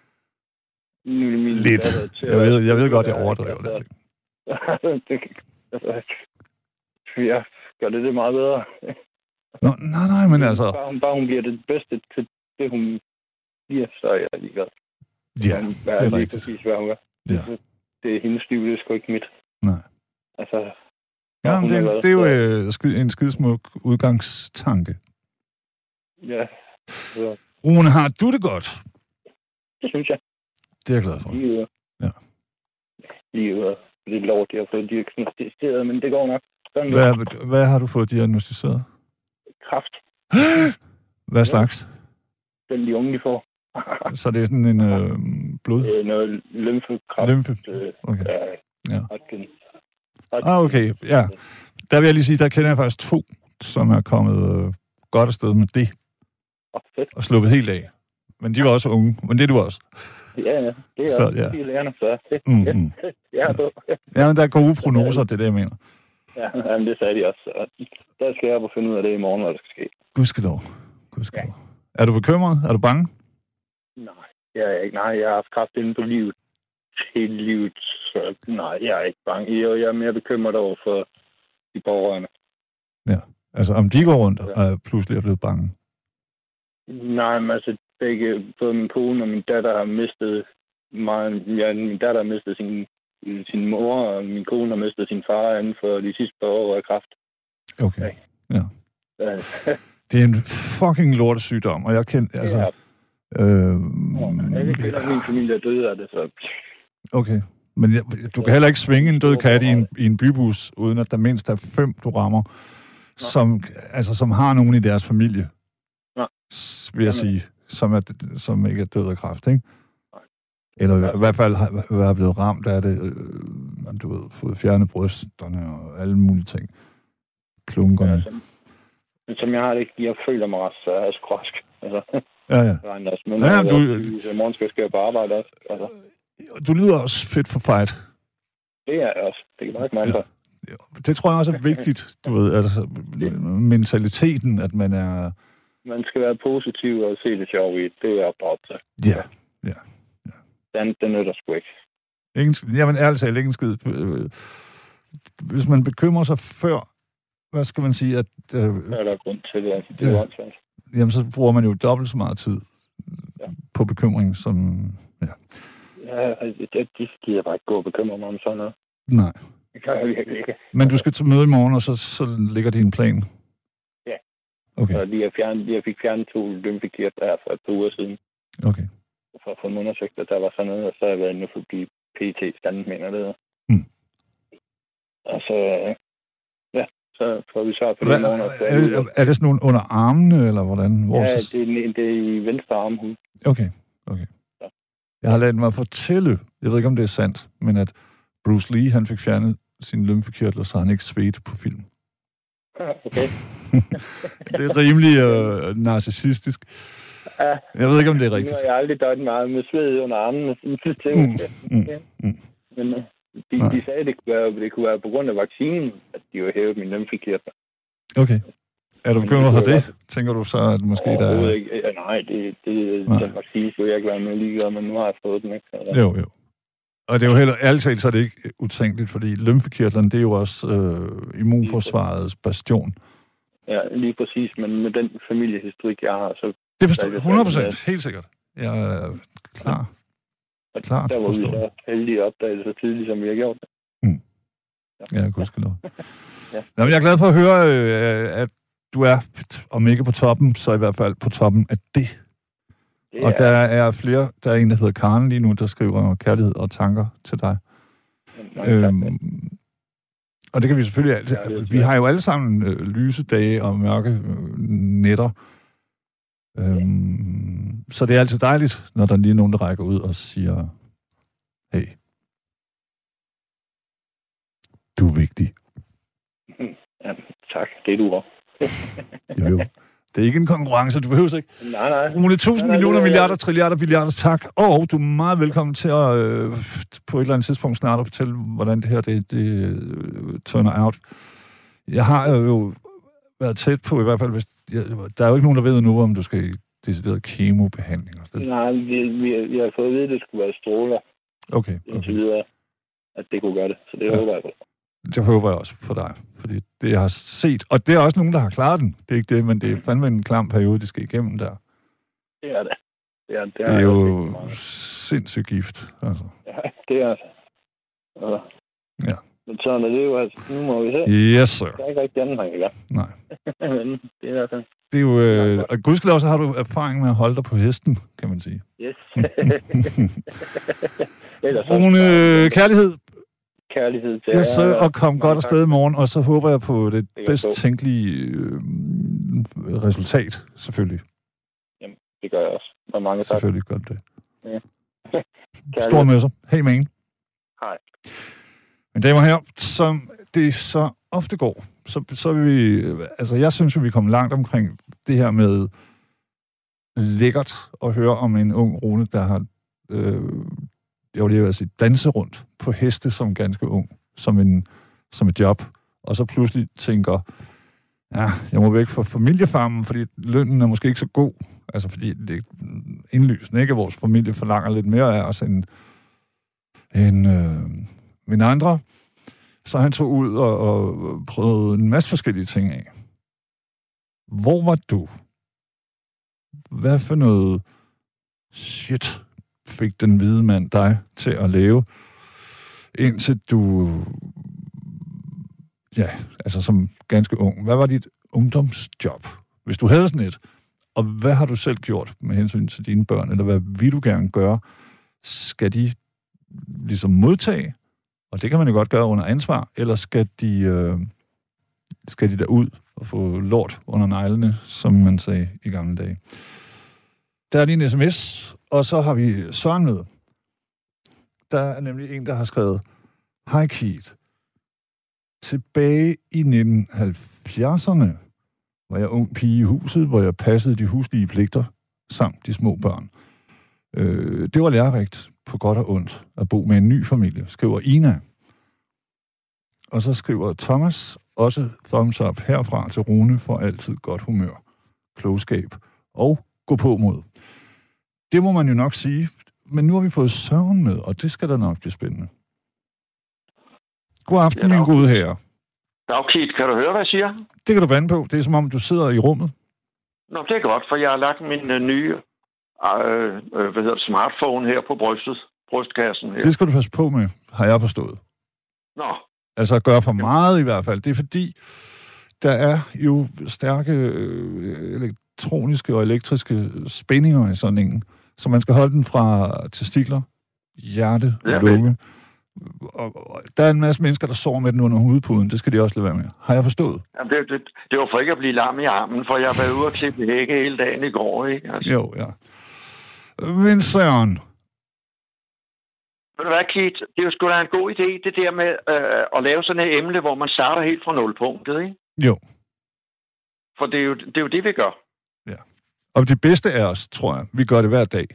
S1: lidt. Jeg ved, jeg ved godt, jeg overdriver det.
S4: det altså, ja, gør det det meget bedre.
S1: Nå, nej, nej, men altså...
S4: Bare hun, bare hun bliver det bedste til det, hun bliver, så er jeg ligeglad.
S1: Ja,
S4: hun,
S1: det er rigtigt.
S4: Præcis, hvad hun gør.
S1: Ja.
S4: Det, det er hendes liv, det er sgu ikke mit.
S1: Nej.
S4: Altså...
S1: Ja, men det, det er jo øh, en skidesmuk udgangstanke.
S4: Ja. ja.
S1: Rune, har du det godt?
S4: Det synes jeg.
S1: Det er jeg glad for.
S4: Lige
S1: ja.
S4: Lige det er lort, jeg har fået diagnostiseret, men det går nok.
S1: Hvad, hvad har du fået diagnostiseret?
S4: Kræft.
S1: Hvad slags?
S4: Den de unge, de får.
S1: Så det er sådan en øh, blod?
S4: Det er noget lymfekræft.
S1: Lymfe? Okay.
S4: Ja.
S1: ja. Ah, okay. Ja. Der vil jeg lige sige, der kender jeg faktisk to, som er kommet øh, godt afsted med det.
S4: Oh, fedt.
S1: Og sluppet helt af. Men de var også unge. Men det er du også.
S4: Ja, ja. Det er så, også ja. De lærerne, så det.
S1: Mm-hmm.
S4: Ja,
S1: ja. ja, men der er gode prognoser, det er det, jeg mener.
S4: Ja, jamen, det sagde de også. Så der skal jeg op og finde ud af det i morgen, hvad der skal ske.
S1: Gudskelov. Gudskelov. Ja. Er du bekymret? Er du bange?
S4: Nej, jeg er ikke. Nej, jeg har haft kræft inden på livet. Hele livet. Så nej, jeg er ikke bange. Jeg er mere bekymret over for de borgerne.
S1: Ja, altså om de går rundt og er pludselig er blevet bange?
S4: Nej, men altså begge, både min kone og min datter har mistet mig. Ja, min datter har mistet sin, sin mor, og min kone har mistet sin far inden for de sidste par år af kræft.
S1: Okay, ja. ja. Det er en fucking lortesygdom, og jeg kender, altså...
S4: Ja.
S1: Øh,
S4: jeg ved ikke, at min familie er døde af det, så...
S1: Okay, men jeg, du kan heller ikke svinge en død kat i en, i en bybus, uden at der mindst er fem, du rammer, som, altså, som har nogen i deres familie, ja. vil jeg sige, som, er, som ikke er død af kræft, ikke? Nej. Eller i hvert fald har, har blevet ramt af det, øh, du ved, fået fjernet brysterne og alle mulige ting. Klunkerne. Ja,
S4: som, som jeg har det ikke, jeg føler mig ret så er skråsk. Altså,
S1: ja, ja.
S4: Men
S1: ja,
S4: du...
S1: du...
S4: I morgen skal jeg på arbejde også. Altså.
S1: Du lyder også fedt for fight.
S4: Det er jeg også. Det kan bare ikke mig andre.
S1: Ja. Det tror jeg også er vigtigt, du ved, altså mentaliteten, at man er...
S4: Man skal være positiv og se det sjov i. Det er jeg opdraget til.
S1: Ja, ja. ja.
S4: Den, den nytter sgu ikke.
S1: Ingen, jamen ærligt talt, ingen skid. Hvis man bekymrer sig før, hvad skal man sige, at... Øh,
S4: ja, der er grund til det, altså. Det er
S1: ja.
S4: åndssvagt.
S1: Jamen, så bruger man jo dobbelt så meget tid ja. på bekymring, som... Ja,
S4: ja det, det skal jeg bare ikke gå og bekymre mig om sådan noget.
S1: Nej.
S4: Det kan jeg virkelig ikke.
S1: Men du skal til møde i morgen, og så, så ligger din plan?
S4: Ja.
S1: Okay.
S4: Så lige jeg, fjern, lige jeg fik fjernet to lymfekirtler her for et par uger siden.
S1: Okay.
S4: For at få en undersøgt, at der var sådan noget, og så har jeg været inde forbi P T-standen, mener det.
S1: Mm.
S4: Og så... Ja. Så får vi svar på det i morgen.
S1: Er, er, er det sådan nogle under armene, eller hvordan? Hvor
S4: ja,
S1: så...
S4: det er, det er i venstre armhul.
S1: Okay, okay. Ja. Jeg har ladet mig fortælle, jeg ved ikke, om det er sandt, men at Bruce Lee, han fik fjernet sine lymfekirtler, så han ikke svedte på film.
S4: Okay.
S1: Det er rimelig øh, narcissistisk.
S4: Ja.
S1: Jeg ved ikke, om det er rigtigt.
S4: Nu har jeg aldrig døjet meget med sved under armene.
S1: Mm, mm, mm.
S4: Men de, de sagde, at det kunne, være, det kunne være på grund af vaccinen, at de var hævet mine lymfekirtler.
S1: Okay. Er du bekymret for det? Også... Tænker du så, at måske der er...
S4: Ikke. Ja, nej, det, det, nej. Den vaccine skulle jeg ikke være med ligeglad, men nu har jeg fået den, ikke? Så,
S1: jo, jo. Og det er jo heller, ærligt talt, så er det ikke utænkeligt, fordi lymfekirtlerne, det er jo også øh, immunforsvarets bastion.
S4: Ja, lige præcis, men med den familiehistorik, jeg har, så...
S1: Det forstår jeg hundrede procent, helt sikkert. Jeg er klar.
S4: Ja.
S1: Klart
S4: der var vi så heldige at opdage det så tidligt, som vi har gjort det.
S1: Mm. Ja, jeg kunne lov. Ja. Nå, men jeg er glad for at høre, øh, at du er, om ikke på toppen, så i hvert fald på toppen af det. det og er... der er flere, der er en, der hedder Karen lige nu, der skriver kærlighed og tanker til dig. Øhm, og det kan vi selvfølgelig altid. Vi har jo alle sammen øh, lyse dage og mørke øh, nætter. Øhm, så det er altid dejligt, når der lige er nogen, der rækker ud og siger, hey, du er vigtig.
S4: Ja, tak, det er du også.
S1: jo, det er ikke en konkurrence, du behøver ikke.
S4: Nej, nej.
S1: Rune, tusind millioner, milliarder, trilliarder, billiarder, tak. Og du er meget velkommen til at øh, på et eller andet tidspunkt snart at fortælle, hvordan det her, det, det uh, turner out. Jeg har jo været tæt på, i hvert fald, hvis, jeg, der er jo ikke nogen, der ved nu, om du skal i decideret kemobehandling.
S4: Nej, vi, vi, vi har fået at vide, at det skulle være stråler.
S1: Okay. okay.
S4: Indtil videre, at det kunne gøre det. Så det ja. håber jeg på.
S1: Det håber jeg også for dig, fordi det jeg har set, og det er også nogen, der har klaret den. Det er ikke det, men det er fandme en klam periode, de skal igennem der.
S4: Det er det. Det er, det
S1: er, det er jo sindssygt gift, altså.
S4: Ja, det er det. Altså.
S1: Ja.
S4: Men sådan er det jo, altså. Nu må vi se.
S1: Yes, sir.
S4: Der er ikke rigtig anden, han kan gøre.
S1: Nej.
S4: Men det er i hvert fald.
S1: Det er jo, øh, og gudskelov, så har du erfaring med at holde dig på hesten, kan man sige.
S4: Yes.
S1: Rune, kærlighed.
S4: Kærlighed til
S1: ja, så, og kom godt afsted i morgen, og så håber jeg på det, det bedst tænkelige øh, resultat, selvfølgelig.
S4: Jamen, det gør jeg også. Og mange tak.
S1: Selvfølgelig gør det.
S4: Ja.
S1: Stor møsser. Hej med en.
S4: Hej.
S1: Mine damer og herrer, som det så ofte går, så, så vil vi, altså jeg synes jo, vi kommer langt omkring det her med lækkert at høre om en ung Rune, der har, øh, jeg vil lige sige, danse rundt på heste som ganske ung, som, en, som et job, og så pludselig tænker, ja, jeg må væk fra familiefarmen, fordi lønnen er måske ikke så god. Altså, fordi det er indlysende, ikke? At vores familie forlanger lidt mere af os end, end øh, mine andre. Så han tog ud og, og prøvede en masse forskellige ting af. Hvor var du? Hvad for noget shit fik den hvide mand dig til at lave, indtil du, ja, altså som ganske ung. Hvad var dit ungdomsjob, hvis du havde sådan et? Og hvad har du selv gjort med hensyn til dine børn? Eller hvad vil du gerne gøre? Skal de ligesom modtage? Og det kan man jo godt gøre under ansvar. Eller skal de, øh, skal de derud og få lort under neglene, som man sagde i gamle dage? Der er lige en sms, og så har vi Søren med. Der er nemlig en, der har skrevet, Hej Keith. Tilbage i nitten halvfjerdserne var jeg ung pige i huset, hvor jeg passede de huslige pligter samt de små børn. Øh, det var lærerigt på godt og ondt at bo med en ny familie, skriver Ina. Og så skriver Thomas også thumbs up herfra til Rune for altid godt humør, klogskab og gå på mod. Det må man jo nok sige, men nu har vi fået Søren med, og det skal da nok blive spændende. God aften, ja, min gode herre.
S5: Dag, Keith. Kan du høre, hvad jeg siger?
S1: Det kan du bande på. Det er som om, du sidder i rummet.
S5: Nå, det er godt, for jeg har lagt min uh, nye øh, øh, hvad hedder det, smartphone her på brystet, brystkassen her.
S1: Det skal du passe på med, har jeg forstået.
S5: Nå.
S1: Altså at gøre for meget i hvert fald. Det er fordi, der er jo stærke øh, elektroniske og elektriske spændinger i sådan en, så man skal holde den fra testikler, hjerte og ja, lunge. Og, og der er en masse mennesker, der sover med den under hudpuden. Det skal de også lade være med. Har jeg forstået?
S5: Jamen, det, det, det var for ikke at blive lam i armen, for jeg var ude og klippe hække hele dagen i går, ikke? Altså.
S1: Jo, ja. Men Søren.
S5: Ved du hvad, Keith? Det er jo sgu da en god idé, det der med øh, at lave sådan et emne, hvor man starter helt fra nulpunktet, ikke?
S1: Jo.
S5: For det er jo det, er jo det vi gør.
S1: Ja. Og det bedste af os, tror jeg, vi gør det hver dag.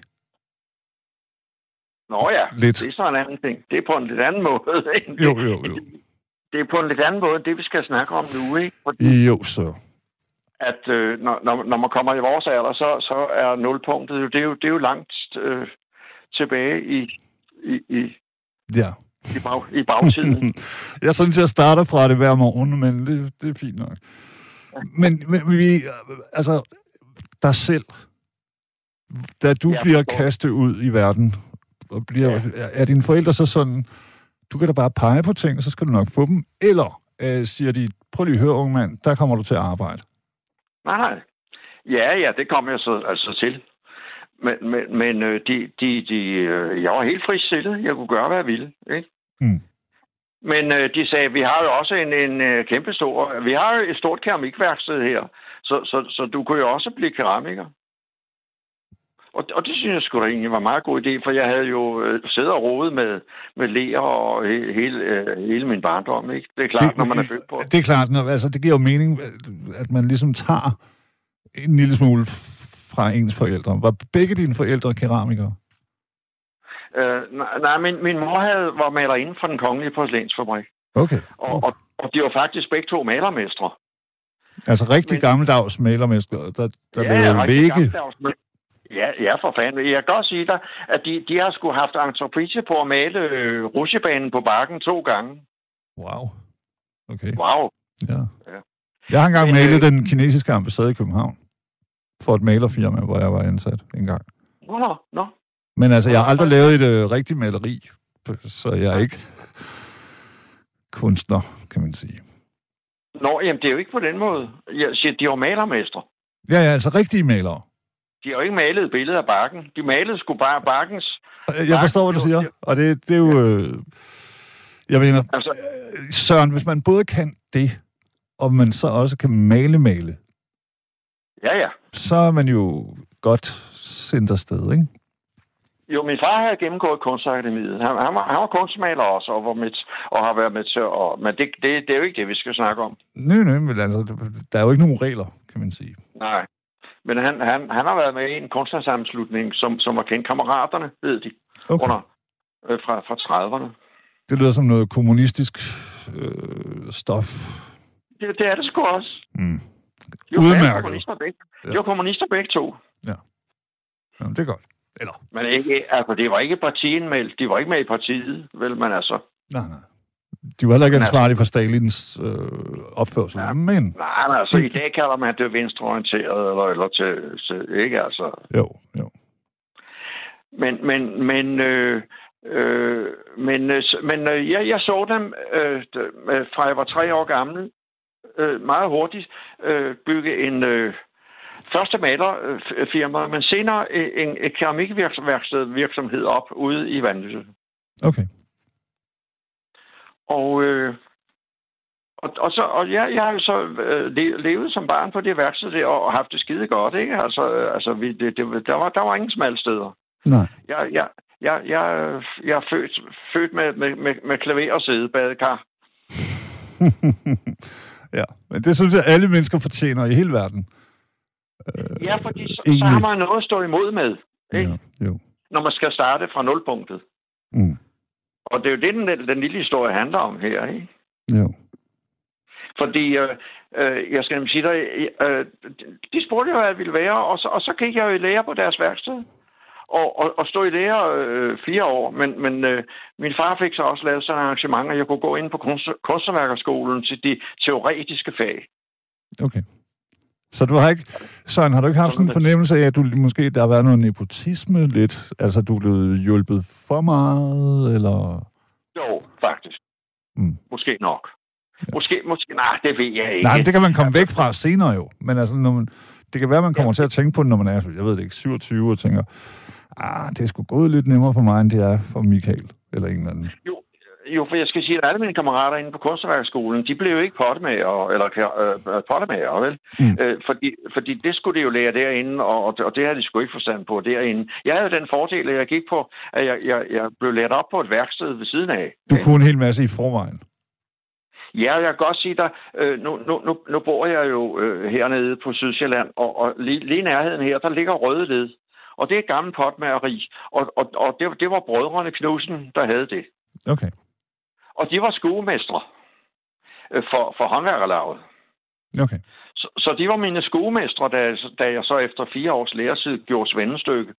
S5: Nå ja,
S1: lidt.
S5: Det er så en anden ting. Det er på en lidt anden måde, ikke?
S1: Jo, jo, jo.
S5: Det er på en lidt anden måde, det vi skal snakke om nu, ikke? Fordi
S1: jo, så.
S5: At øh, når, når man kommer i vores alder, så, så er nulpunktet jo, det er jo, det er jo langt øh, tilbage i, i, i,
S1: ja.
S5: i, bag, i bagtiden.
S1: Jeg synes, jeg starter fra det hver morgen, men det, det er fint nok. Ja. Men, men vi, altså, dig selv, da du ja, bliver kastet ud i verden, og bliver, ja. er, er dine forældre så sådan, du kan da bare pege på ting, og så skal du nok få dem, eller øh, siger de, prøv lige at høre, unge mand, der kommer du til at arbejde?
S5: Nej, nej. Ja, ja, det kommer jeg så altså til. Men, men, men de, de, de, jeg var helt fristillet. Jeg kunne gøre, hvad jeg ville. Ikke? Mm. Men de sagde, vi har jo også en, en kæmpe stor... Vi har jo et stort keramikværksted her, så, så, så du kunne jo også blive keramiker. Og, og det synes jeg sgu da egentlig var en meget god idé, for jeg havde jo øh, siddet og rodet med, med ler og he, hele, øh, hele min barndom. Ikke? Det er klart, det, når man er født på.
S1: Det er klart, når, altså, det giver jo mening, at man ligesom tager en lille smule fra ens forældre. Var begge dine forældre keramikere?
S5: Øh, nej, min, min mor havde, var malerinde for den kongelige porcelænsfabrik.
S1: Okay.
S5: Og, og, og de var faktisk begge to malermestre.
S1: Altså rigtig Men, gammeldags malermestre, der, der
S5: ja,
S1: lavede vægge.
S5: Ja, ja, for fanden. Jeg kan godt sige dig, at de, de har sgu haft entreprise på at male øh, rutsjebanen på bakken to gange.
S1: Wow. Okay.
S5: Wow.
S1: Ja. ja. Jeg har engang Men, malet øh, den kinesiske ambassade i København for et malerfirma, hvor jeg var ansat en gang.
S5: Nå, nå, nå.
S1: Men altså, jeg har aldrig lavet et øh, rigtigt maleri, så jeg er ikke kunstner, kan man sige.
S5: Nå, jamen det er jo ikke på den måde. Jeg siger, de var malermestre.
S1: Ja, ja, altså rigtige malere.
S5: De har jo ikke malet billeder af bakken. De malede sgu bare bakkens...
S1: Jeg forstår, hvad du siger. Og det, det er jo... Øh, jeg mener, altså, Søren, hvis man både kan det, og man så også kan male-male,
S5: ja, ja.
S1: så er man jo godt sendt afsted, ikke?
S5: Jo, min far havde gennemgået kunstakademiet. Han, han, var, han var kunstmaler også, og, var med, og har været med til at... Men det, det, det er jo ikke det, vi skal snakke om.
S1: Nej, nej, men altså, der er jo ikke nogen regler, kan man sige.
S5: Nej. Men han, han, han har været med i en kunstnersammenslutning, som, som var kendt Kammeraterne, ved de, okay. under, øh, fra, fra trediverne.
S1: Det lyder som noget kommunistisk øh, stof.
S5: Det, det er det sgu også.
S1: Mm.
S5: De var kommunister begge. Ja. De var kommunister begge to.
S1: Ja. Jamen, det er godt. Eller?
S5: Men ikke, altså, det var ikke partiindmeldt. De var ikke med i partiet, vel, men altså...
S1: Nej, nej. De var heller ikke ansvarlige for Stalins øh, opførsel,
S5: ja,
S1: men...
S5: Nej, men altså, i dag kalder man det venstreorienteret, eller, eller til, til... Ikke, altså...
S1: Jo, jo.
S5: Men, men, men... Øh, øh, men, øh, men øh, jeg, jeg så dem, øh, fra jeg var tre år gammel, øh, meget hurtigt øh, bygge en... Øh, første malerfirma, men senere en, en keramikvirksomhed op ude i Vandløse.
S1: Okay.
S5: Og, øh, og, og, så, og jeg, jeg har jo så øh, levet som barn på det værksted der, og haft det skide godt, ikke? Altså, altså vi, det, det, der, var, der var ingen smalle steder.
S1: Nej.
S5: Jeg, jeg, jeg, jeg, jeg er født, født med, med, med, med klaver og sædebadekar.
S1: Ja, men det synes jeg, alle mennesker fortjener i hele verden.
S5: Øh, ja, fordi så, så har man noget at stå imod med, ikke?
S1: Ja, jo.
S5: Når man skal starte fra nulpunktet.
S1: Mm.
S5: Og det er jo det, den, den lille historie handler om her, ikke?
S1: Jo.
S5: Fordi, øh, øh, jeg skal nemlig sige dig, øh, de spurgte jo, hvad jeg ville være, og så, og så gik jeg jo i lære på deres værksted. Og, og, og stod i lære øh, fire år, men, men øh, min far fik så også lavet sådan et arrangement, at jeg kunne gå ind på kunst, kunsthåndværkerskolen til de teoretiske fag.
S1: Okay. Så du har ikke, Søren, har du ikke haft sådan en fornemmelse af, at du måske, der har været noget nepotisme lidt? Altså, du er blevet hjulpet for meget, eller?
S5: Jo, faktisk. Mm. Måske nok. Ja. Måske, måske, nej, det ved jeg ikke.
S1: Nej, det kan man komme væk fra senere jo. Men altså, når man, det kan være, at man kommer ja. til at tænke på det, når man er, jeg ved det ikke, syvogtyve, og tænker, ah, det er sgu gået lidt nemmere for mig, end det er for Michael, eller en eller anden.
S5: Jo. Jo, for jeg skal sige, at alle mine kammerater inde på kunsthåndværkerskolen, de blev jo ikke pottemager, eller øh, pottemager, vel? Mm. Øh, fordi, fordi det skulle de jo lære derinde, og, og det havde de sgu ikke forstand på derinde. Jeg havde den fordel, at jeg gik på, at jeg, jeg, jeg blev lært op på et værksted ved siden af.
S1: Du kunne en hel masse i forvejen.
S5: Ja, jeg kan godt sige dig, øh, nu, nu, nu, nu bor jeg jo øh, hernede på Sydsjælland, og, og lige, lige nærheden her, der ligger Røde Led. Og det er et gammelt potmageri, og, og, og det, det var brødrene Knudsen, der havde det.
S1: Okay.
S5: Og de var skuemestre for, for håndværkerlaget.
S1: Okay.
S5: Så, så de var mine skuemestre, da, da jeg så efter fire års læretid gjorde svendestykke.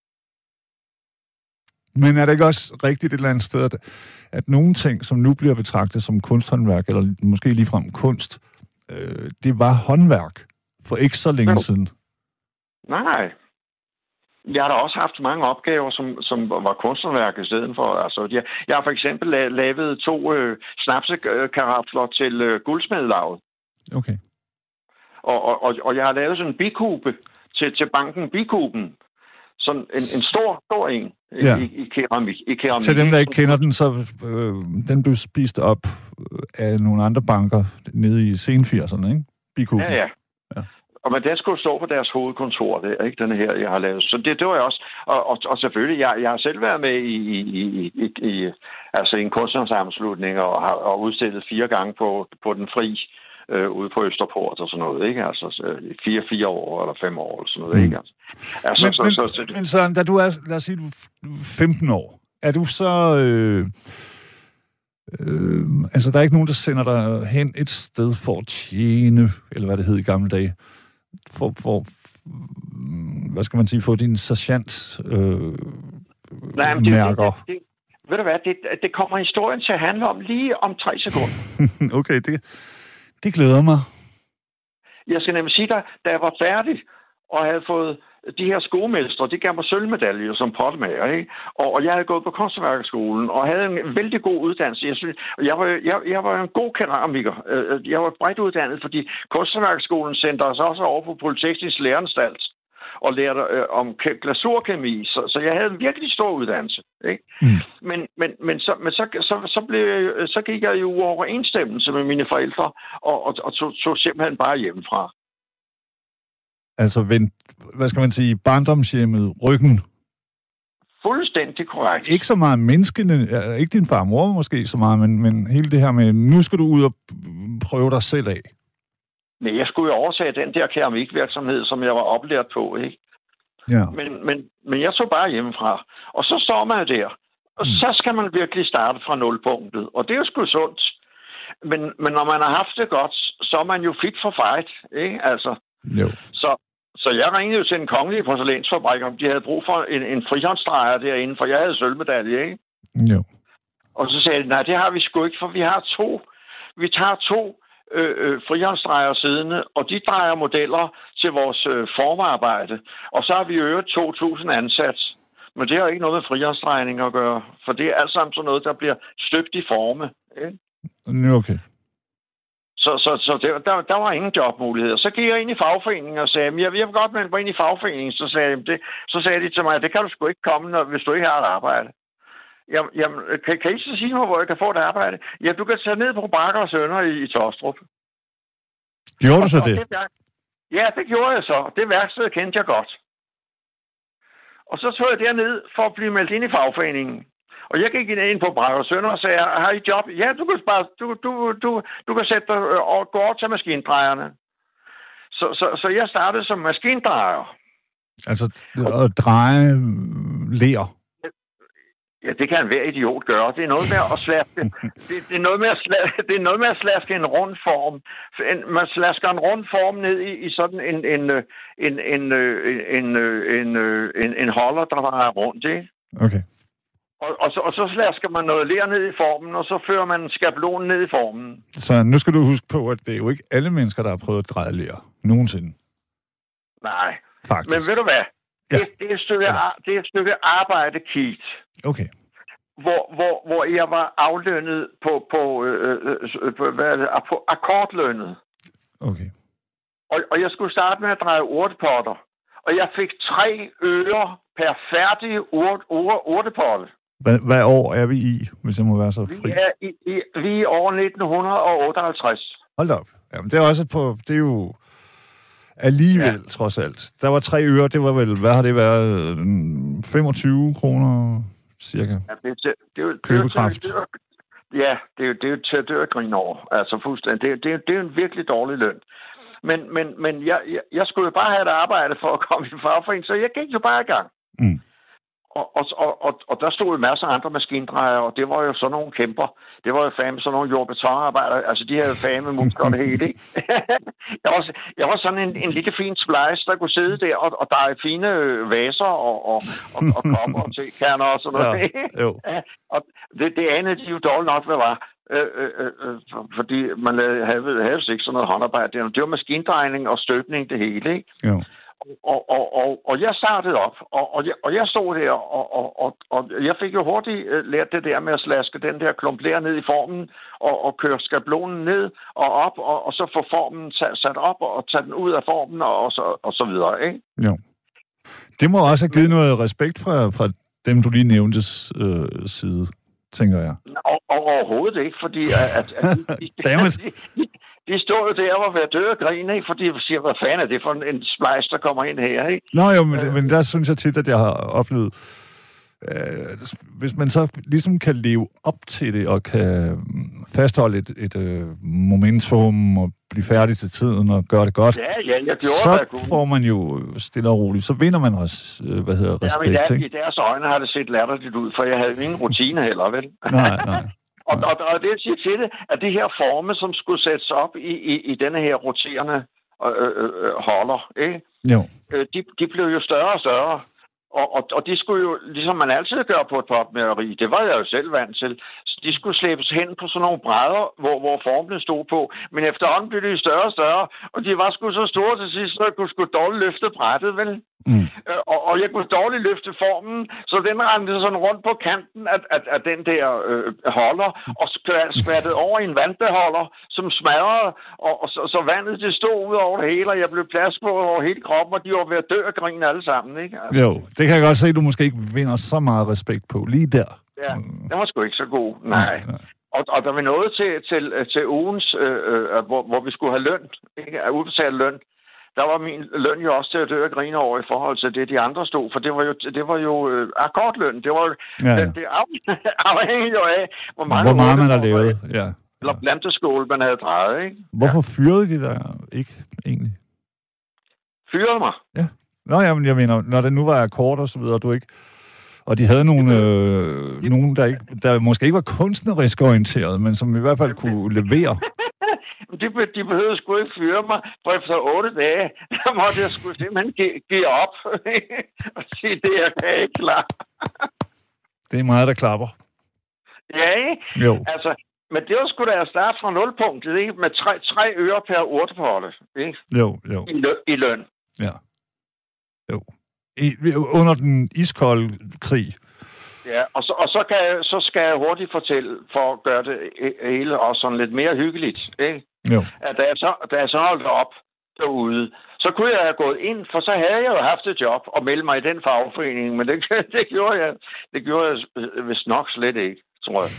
S1: Men er det ikke også rigtigt et eller andet sted, at, at nogle ting, som nu bliver betragtet som kunsthåndværk, eller måske ligefrem kunst, øh, det var håndværk for ikke så længe
S5: jo.
S1: siden?
S5: Nej. Jeg har da også haft mange opgaver, som, som var kunsthåndværk i stedet for. Altså, jeg, jeg har for eksempel la- lavet to øh, snapsekarafler til øh, guldsmedelaget.
S1: Okay.
S5: Og, og, og jeg har lavet sådan en bikube til, til banken Bikuben. Sådan en, en stor, stor en
S1: ja.
S5: i, i, keramik, i keramik.
S1: Til dem, der ikke kender den, så øh, den blev spist op af nogle andre banker nede i sen firserne, ikke? Bikuben.
S5: Ja, ja. ja. Og men den skulle stå på deres hovedkontor, det er ikke den her, jeg har lavet. Så det, det var jeg også. Og, og, og selvfølgelig, jeg, jeg har selv været med i, i, i, i, i altså en kunstnersammenslutning og har og udstillet fire gange på, på den fri øh, ude på Østerport og sådan noget, ikke? Altså fire, fire år eller fem år eller sådan noget, mm. ikke? Altså, altså,
S1: men,
S5: så,
S1: men,
S5: så, så,
S1: men Søren, da du er, lad os sige, du er femten år, er du så... Øh, øh, altså, der er ikke nogen, der sender dig hen et sted for at tjene, eller hvad det hed i gamle dage, for, for hvad skal man sige, få din sergeant øh,
S5: Nej, men det, mærker. Det, det, det, ved du hvad, det, det kommer historien til at handle om lige om tre sekunder.
S1: Okay, det, det glæder mig.
S5: Jeg skal nemlig sige dig, da jeg var færdig og havde fået de her skomestre, de gav mig sølvmedaljer som pottemager, ikke? Og, og jeg havde gået på kunsthåndværkerskolen og havde en vældig god uddannelse. Jeg, synes, jeg, var, jeg, jeg var en god keramiker. Jeg var bredt uddannet, fordi kunsthåndværkerskolen sendte os også over på Polyteknisk Læreanstalt og lærte øh, om glasurkemi, så, så jeg havde en virkelig stor uddannelse, ikke? Mm. Men, men, men, så, men så, så, så, blev jeg, så gik jeg jo overensstemmelse med mine forældre og, og, og tog, tog simpelthen bare hjemmefra.
S1: Altså, vend, hvad skal man sige, barndomshjemmet, ryggen?
S5: Fuldstændig korrekt.
S1: Ikke så meget menneskene, ikke din far og mor måske så meget, men, men hele det her med, nu skal du ud og prøve dig selv af.
S5: Nej, jeg skulle jo overtage den der keramikvirksomhed, som jeg var oplært på, ikke?
S1: Ja.
S5: Men, men, men jeg så bare hjemmefra. Og så står man jo der, Og så skal man virkelig starte fra nulpunktet. Og det er jo sgu sundt. Men, men når man har haft det godt, så er man jo fit for fight, ikke? Altså.
S3: Jo.
S5: Så, så jeg ringede jo til en kongelig porcelænsfabrik, om de havde brug for en, en frihåndsdrejer derinde, for jeg havde sølvmedalje, ikke?
S3: Jo.
S5: Og så sagde de, nej, det har vi sgu ikke, for vi har to. Vi tager to øh, øh, frihåndsdrejer siddende, og de drejer modeller til vores øh, formarbejde. Og så har vi øget to tusind ansat. Men det har ikke noget med frihåndsdrejning at gøre, for det er alt sammen sådan noget, der bliver støbt i forme, ikke?
S3: Okay.
S5: Så, så, så der, der, der var ingen jobmuligheder. Så gik jeg ind i fagforeningen og sagde, jeg vil godt melde mig ind i fagforeningen. Så sagde, de, så sagde de til mig, det kan du sgu ikke komme, når, hvis du ikke har et arbejde. Jamen, jamen kan, kan I så sige mig, hvor jeg kan få et arbejde? Ja, du kan tage ned på Bakker og Sønder i, i Tostrup.
S3: Gjorde du så det?
S5: det? Ja, det gjorde jeg så. Det værksted kendte jeg godt. Og så tog jeg derned for at blive meldt ind i fagforeningen. Og jeg gik ind på Bakker og Sønder og sagde, har I job? Ja, du kan, bare, du, du, du, du kan sætte dig og gå over til maskindrejerne. Så, så, så jeg startede som maskindrejer.
S3: Altså at dreje ler?
S5: Ja, det kan enhver idiot gøre. Det er noget med at slaske, det, det er noget med at slaske, det er noget med at slaske en rund form. En, man slasker en rund form ned i, i sådan en en en en en en, en, en holder, der er rundt, ikke?
S3: Okay.
S5: Og, og, så, og så slasker man noget ler ned i formen, og så fører man skabelonen ned i formen.
S3: Så nu skal du huske på, at det er jo ikke alle mennesker, der har prøvet at dreje ler. Nogensinde.
S5: Nej.
S3: Faktisk.
S5: Men ved du hvad?
S3: Ja.
S5: Det, det, er et stykke, det er et stykke arbejde, Keith.
S3: Okay.
S5: Hvor, hvor, hvor jeg var aflønnet på, på, øh, øh, på, hvad er det, på akkordlønnet.
S3: Okay.
S5: Og, og jeg skulle starte med at dreje urtepotter. Og jeg fik tre øre per færdig urt, urt, urtepotte.
S3: Hvad, hvad år er vi i, hvis jeg må være så fri?
S5: Vi er i, i, vi er i år nitten otteoghalvtreds.
S3: Hold da op. Jamen, det er også på... Det er jo... Alligevel, ja. Trods alt. Der var tre øre, det var vel, hvad har det været, femogtyve kroner cirka?
S5: Ja, det, det, det, det,
S3: købekraft.
S5: Det, det, det, ja, det er jo det er til at dø og grine over. Altså fuldstændig. Det, det, det er en virkelig dårlig løn. Men, men, men jeg, jeg, jeg skulle jo bare have et arbejde for at komme i fagforening, så jeg gik jo bare i gang.
S3: Mm.
S5: Og, og, og, og, og der stod jo masser af andre maskindrejere, og det var jo sådan nogle kæmper. Det var jo fandme sådan nogle jordbetonarbejdere. Altså, de havde fandme muskler det hele, ikke? jeg, var, jeg var sådan en, en lille fin splice, der kunne sidde der, og, og der er fine vaser og, og, og, og kopper og tekerner og sådan noget.
S3: Ja, jo.
S5: Og det, det anede de jo dårligt nok, hvad var. Øh, øh, øh, fordi man havde, havde ikke sådan noget håndarbejde. Det var maskindrejning og støbning, det hele, ikke?
S3: Jo.
S5: Og, og, og, og jeg startede op, og, og, jeg, og jeg stod der, og, og, og, og jeg fik jo hurtigt uh, lært det der med at slaske den der klump ler ned i formen, og, og køre skabelonen ned og op, og, og så få formen sat op, og tage den ud af formen, og, og, så, og så videre, ikke?
S3: Jo. Det må også have givet noget respekt fra, fra dem, du lige nævntes øh, side, tænker jeg.
S5: Og, og overhovedet ikke, fordi at, at, at de, de, de, de stod jo der og var ved at dø og grine, ikke? Fordi de siger, hvad fanden er det for en, en splice, der kommer ind her, ikke?
S3: Nå jo, men, øh, men der synes jeg tit, at jeg har oplevet, øh, hvis man så ligesom kan leve op til det, og kan fastholde et, et øh, momentum, og blive færdig til tiden, og gøre det godt,
S5: ja, ja, jeg gjorde,
S3: så
S5: jeg kunne.
S3: får man jo stille og roligt, så vinder man res, øh, hvad hedder, respekt,
S5: ja, men
S3: ikke?
S5: I deres øjne har det set latterligt ud, for jeg havde ingen rutine heller, vel?
S3: Nej, nej.
S5: Og, og, og det, jeg siger til det, at de her forme, som skulle sættes op i, i, i denne her roterende øh, øh, holder, ikke?
S3: Jo.
S5: Øh, de, de blev jo større og større. Og, og, og de skulle jo, ligesom man altid gør på et popmageri, det var jeg jo selv vant til, så de skulle slæbes hen på sådan nogle brædder, hvor, hvor formene stod på. Men efterhånden blev de større og større, og de var sgu så store til sidst, så jeg kunne sgu dårligt løfte brættet, vel? Mm. Øh, og, og jeg kunne dårligt løfte formen, så den rendte sådan rundt på kanten af, af, af den der øh, holder, og skvattede over i en vandbeholder, som smadrede, og, og så, så vandet det stod ud over det hele, og jeg blev plads på over hele kroppen, og de var ved at dø og grine alle sammen, ikke? Altså.
S3: Jo, det kan jeg godt se, at du måske ikke vinder så meget respekt på lige der.
S5: Ja, den var sgu ikke så god. Nej. nej. Og, og der var noget til, til, til ugens, øh, øh, hvor, hvor vi skulle have løn, ikke? At udbetale løn. Der var min løn jo også til at dø og grine over i forhold til det, de andre stod. For det var jo, det var jo øh, akkordløn. Det var jo
S3: ja, ja.
S5: det, det afhængig jo af, hvor meget,
S3: hvor meget man har lavet. Ja.
S5: Eller planteskål, man havde drejet, ikke?
S3: Hvorfor fyrede de der ikke egentlig?
S5: Fyrede mig?
S3: Ja. Nå, jamen, jeg mener, når det nu var akkord og så videre, og du ikke
S1: Og de havde nogle, øh, nogle der, ikke, der måske ikke var kunstnerisk orienteret, men som i hvert fald kunne levere.
S5: De, de behøvede sgu ikke fyre mig, for efter otte dage, der måtte jeg sgu simpelthen give, give op og sige, det jeg kan ikke klare.
S1: Det er meget, der klapper.
S5: Ja, ikke?
S1: Jo.
S5: Altså, men det var sgu da at starte fra nulpunktet, ikke? Med tre, tre øre per urtepotte, ikke?
S1: Jo, jo.
S5: I, løn, I løn.
S1: Ja. Jo. I, under den iskolde krig.
S5: Ja, og så, og så, kan jeg, så skal jeg hurtigt fortælle, for at gøre det hele også sådan lidt mere hyggeligt, ikke?
S1: Jo.
S5: At da jeg så, da jeg så holdt op derude, så kunne jeg have gået ind, for så havde jeg jo haft et job og meldt mig i den fagforening, men det, det gjorde jeg, det gjorde jeg vist nok slet ikke, tror jeg.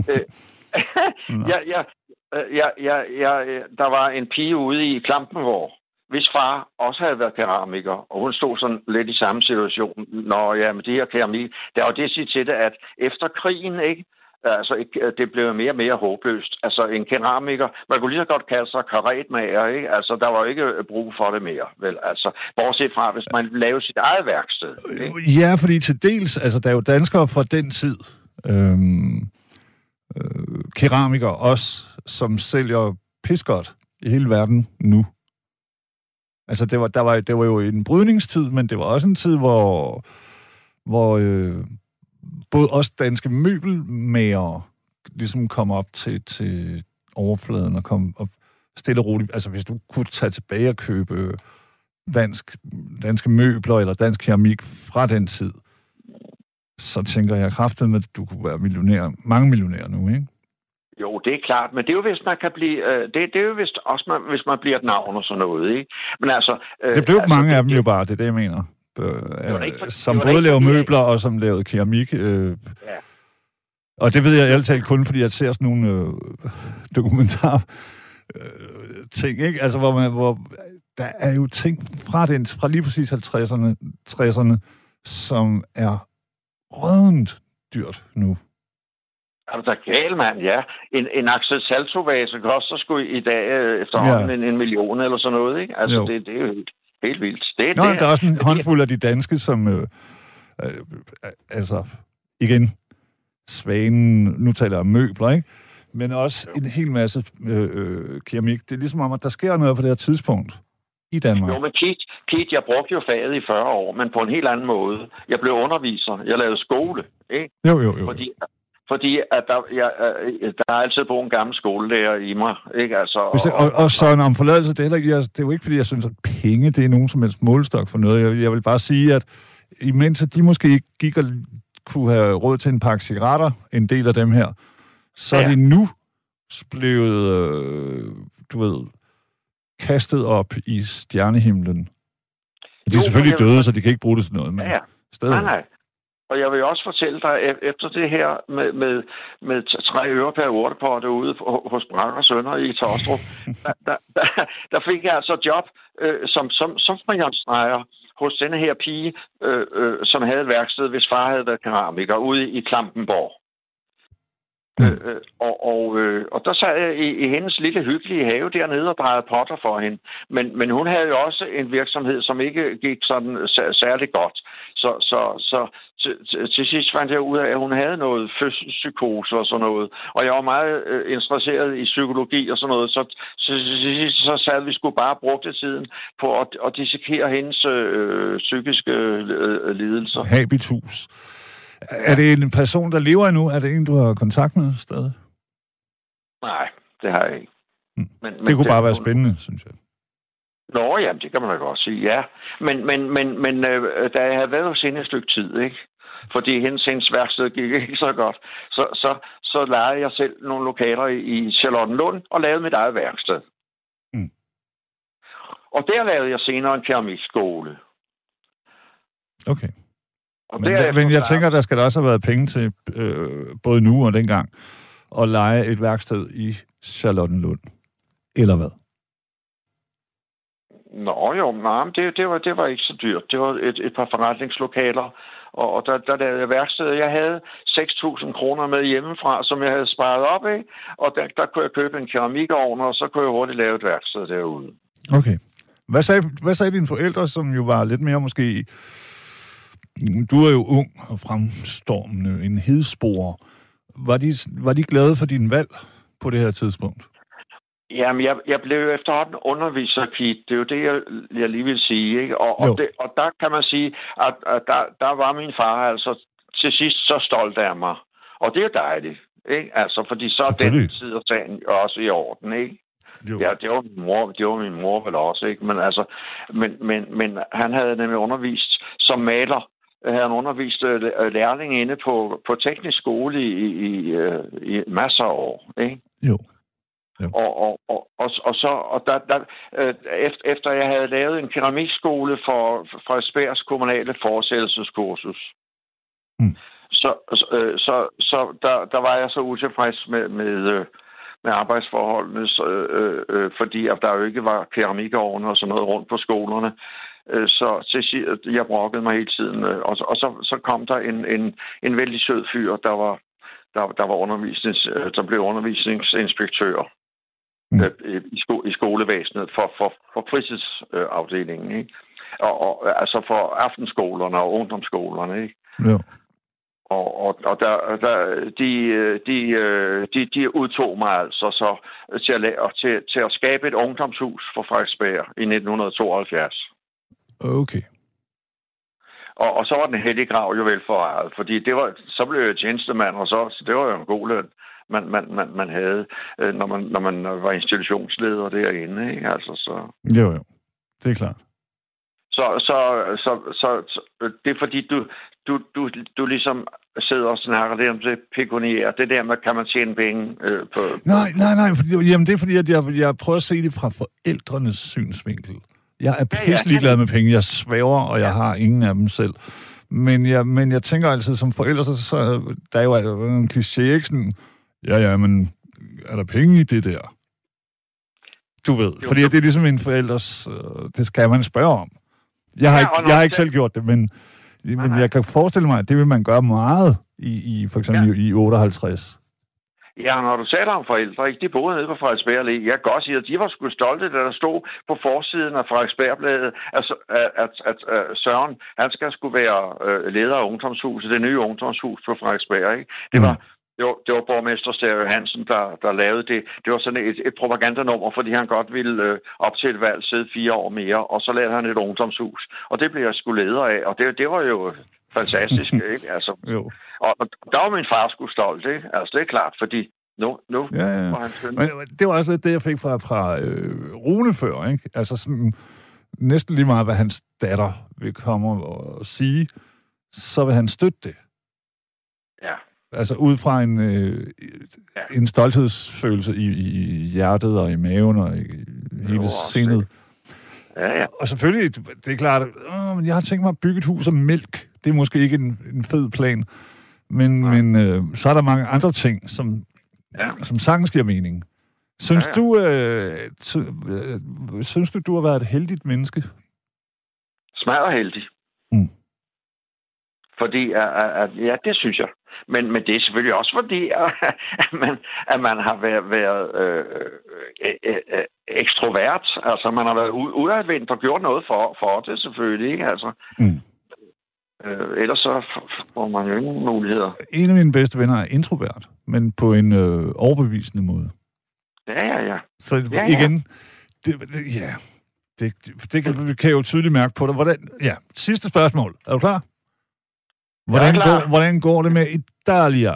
S5: jeg, jeg, jeg, jeg, jeg. Der var en pige ude i Klampenborg, hvis far også havde været keramiker, og hun stod sådan lidt i samme situation. Nå ja, men det her keramik, der var det at sige til det, at efter krigen, ikke, altså det blev mere og mere håbløst. Altså en keramiker, man kunne lige så godt kalde sig karetmager, ikke? Altså der var ikke brug for det mere, vel? Altså bortset fra, hvis man lavede sit eget værksted. Ikke?
S1: Ja, fordi til dels, altså der er jo danskere fra den tid, øhm, øh, keramikere også, som sælger pissegodt i hele verden nu. Altså, det var, der var, det var jo en brydningstid, men det var også en tid, hvor, hvor øh, både os danske møbelmagere ligesom kom op til, til overfladen og kom op stille og roligt. Altså, hvis du kunne tage tilbage og købe dansk, danske møbler eller dansk keramik fra den tid, så tænker jeg kraftigt, at du kunne være millionær, mange millionærer nu, ikke?
S5: Jo, det er klart, men det er jo, hvis man kan blive... Øh, det, det er jo vist også, man, hvis man bliver et navn og sådan noget, ikke? Men altså... Øh,
S1: det blev
S5: altså,
S1: mange
S5: det,
S1: af dem jo bare, det er det, jeg mener. Øh,
S5: ikke,
S1: som både laver møbler og som lavede keramik. Øh, ja. Og det ved jeg ærligt talt kun, fordi jeg ser sådan nogle øh, dokumentar øh, ting, ikke? Altså, hvor, man, hvor der er jo ting fra, den, fra lige præcis halvtredserne, tresserne, som er rødent dyrt nu.
S5: Er du da gal, mand? Ja. En, en Axel Salto-vase koster sgu i dag øh, efterhånden ja. en, en million eller sådan noget, ikke? Altså, det, det er jo helt, helt vildt. Det,
S1: Nå,
S5: det,
S1: der er også en håndfuld af de danske, som... Øh, øh, altså, igen, Svanen, nu taler jeg om møbler, ikke? Men også jo. en hel masse øh, øh, keramik. Det er ligesom om, at der sker noget på det her tidspunkt i Danmark.
S5: Jo, men Pete, Pete, jeg brugte jo faget i fyrre år, men på en helt anden måde. Jeg blev underviser. Jeg lavede skole, ikke?
S1: Jo, jo, jo.
S5: Fordi... Fordi at der, jeg, der er altid på en gammel skolelærer i mig, ikke? Altså,
S1: det, og, og, og så en om forladelse, det er, heller ikke, det er jo ikke, fordi jeg synes, at penge, det er nogen som helst målestok for noget. Jeg, jeg vil bare sige, at imens de måske ikke gik og kunne have råd til en pakke cigaretter, en del af dem her, så ja. er de nu blevet, øh, du ved, kastet op i stjernehimlen. De er jo, selvfølgelig døde, vil... så de kan ikke bruge det til noget, men
S5: ja, ja.
S1: stadig.
S5: Nej, nej. Og jeg vil også fortælle dig, efter det her med, med, med tre øre per urtepotte ude hos Brandt og Sønner i Tostrup, der, der, der, der fik jeg altså job øh, som, som, som springerstreger hos denne her pige, øh, øh, som havde et værksted, hvis far havde været keramiker, ude i Klampenborg. Mm. Øh, og, og, øh, og der sad jeg i, i hendes lille hyggelige have dernede og drejede potter for hende. Men, men hun havde jo også en virksomhed, som ikke gik sådan særlig godt. Så, så, så til, til sidst fandt jeg ud af, at hun havde noget fødselspsykose og sådan noget. Og jeg var meget øh, interesseret i psykologi og sådan noget. Så så, så, så sad vi skulle bare bruge tiden på at, at dissekere hendes øh, psykiske øh, lidelser.
S1: Habitus. Er det en person, der lever endnu? Er det en, du har kontakt med stadig?
S5: Nej, det har jeg ikke.
S1: Hmm. Men, det men kunne det, bare være spændende, synes jeg.
S5: Nå, jamen, det kan man da godt sige, ja. Men, men, men, men øh, da jeg havde været hos hende et stykke tid, ikke? Fordi hendes, hendes værksted gik ikke så godt, så, så, så lejede jeg selv nogle lokaler i Charlottenlund og lavede mit eget værksted. Hmm. Og der lavede jeg senere en keramikskole.
S1: Okay. Men, der, men jeg tænker, der skal der også have været penge til, øh, både nu og dengang, at leje et værksted i Charlottenlund. Eller hvad?
S5: Nå jo, nej, det, det, var, det var ikke så dyrt. Det var et, et par forretningslokaler, og, og der, der lavede jeg værksted. Jeg havde seks tusind kroner med hjemmefra, som jeg havde sparet op, ikke? Og der, der kunne jeg købe en keramikovn, og så kunne jeg hurtigt lave et værksted derude.
S1: Okay. Hvad sagde, hvad sagde dine forældre, som jo var lidt mere måske... Du er jo ung og fremstormende, en hedsporer. Var de, var de glade for din valg på det her tidspunkt?
S5: Jamen, jeg, jeg blev efterhånden underviser, Keith. Det er jo det, jeg, jeg lige vil sige, ikke? Og, og, det, og der kan man sige, at, at der, der var min far altså til sidst så stolt af mig. Og det er dejligt, ikke? Altså, fordi så er den side af sagen også i orden, ikke? Jo. Ja, det var min mor, det var min mor vel også, ikke? Men altså, men, men, men han havde nemlig undervist som maler. Han undervist lærling inde på, på teknisk skole i, i, i masser af år, ikke?
S1: Jo. Ja.
S5: Og, og, og, og, og så, og der, der, efter, efter jeg havde lavet en keramikskole for Frederiksbergs kommunale fortsættelseskursus, mm. så, så, så, så der, der var jeg så utilfreds med, med, med arbejdsforholdene, så, øh, øh, fordi at der jo ikke var keramikovne og sådan noget rundt på skolerne. Så til, jeg brokkede mig hele tiden, og, og så, så kom der en, en, en vældig sød fyr, der var, der, der var undervisnings, der blev undervisningsinspektør mm. i, sko, i skolevæsenet for, for, for fritidsafdelingen, ikke? Og, og, altså for aftenskolerne og ungdomsskolerne, ikke?
S1: Ja.
S5: Og, og, og der, der, de, de, de, de udtog mig altså så til at, til, til at skabe et ungdomshus for Frederiksberg i nitten tooghalvfjerds.
S1: Okay.
S5: Og, og så var den hellige grav jo velforrettet, fordi det var, så blev jeg tjenestemand, og så, så det var jo en god løn, man, man, man, man havde, når man, når man var institutionsleder derinde, ikke? Altså, så...
S1: Jo, jo. Det er klart.
S5: Så, så, så, så, så det er fordi, du, du, du, du ligesom sidder og snakker lidt om det pekuniære. Det der med, kan man tjene penge øh, på...
S1: Nej, nej, nej. Fordi, jamen, det er fordi, at jeg, jeg prøver at se det fra forældrenes synsvinkel. Jeg er pisselig glad med penge. Jeg svæver, og jeg har ingen af dem selv. Men jeg, men jeg tænker altid som forældre, så, så der er jo en kliché, ikke sådan, ja, ja, men er der penge i det der? Du ved, jo, fordi så... det er ligesom en forældres, øh, det skal man spørge om. Jeg har, ja, ikke, jeg har ikke selv gjort det, men, men jeg kan forestille mig, at det vil man gøre meget i, i for eksempel ja. i otteoghalvtreds.
S5: Ja, når du sagde om forældre, ikke? De boede nede på Frederiksberg Allé. Jeg kan godt sige, at de var sgu stolte, da der stod på forsiden af Frederiksbergbladet, altså, at, at, at, at Søren, han skal sgu være uh, leder af ungdomshuset, det nye ungdomshus på Frederiksberg, ikke? Det var, mm. det var, det var borgmester Stereo Hansen, der, der lavede det. Det var sådan et, et propagandanummer, fordi han godt ville uh, op til et valg sidde fire år mere, og så lavede han et ungdomshus. Og det blev jeg sgu leder af, og det, det var jo fantastisk, ikke? Altså,
S1: jo.
S5: Og, og der var min far sgu stolt, ikke? Altså, det er klart, fordi nu, nu
S1: ja, ja.
S5: var han skøn.
S1: Men det var også lidt det, jeg fik fra, fra øh, Rune før, ikke? Altså sådan, næsten lige meget, hvad hans datter vil komme og sige, så vil han støtte det.
S5: Ja.
S1: Altså ud fra en, øh, ja. en stolthedsfølelse i, i hjertet og i maven og i hele sindet.
S5: Ja, ja.
S1: Og selvfølgelig, det er klart, øh, jeg har tænkt mig at bygge et hus af mælk. Det er måske ikke en, en fed plan. Men, ja. men øh, så er der mange andre ting, som, ja. som sagtens giver mening. Synes, ja, ja. Du, øh, t- øh, synes du, du har været et heldigt menneske?
S5: Smadret heldig.
S1: Mm.
S5: Fordi, at, at, ja, det synes jeg. Men, men det er selvfølgelig også fordi, at, at, man, at man har været, været øh, øh, øh, ekstrovert. Altså, man har været udadvendt og gjort noget for, for det selvfølgelig, ikke? Altså... Mm. Øh, ellers så får man jo ingen muligheder.
S1: En af mine bedste venner er introvert, men på en øh, overbevisende måde.
S5: Ja, ja, ja.
S1: Så
S5: ja, ja.
S1: igen, det, det, ja, det, det, det kan, kan jeg jo tydeligt mærke på dig. Hvordan, ja, sidste spørgsmål. Er du klar? Hvordan, klar. Går, hvordan går det med Italia?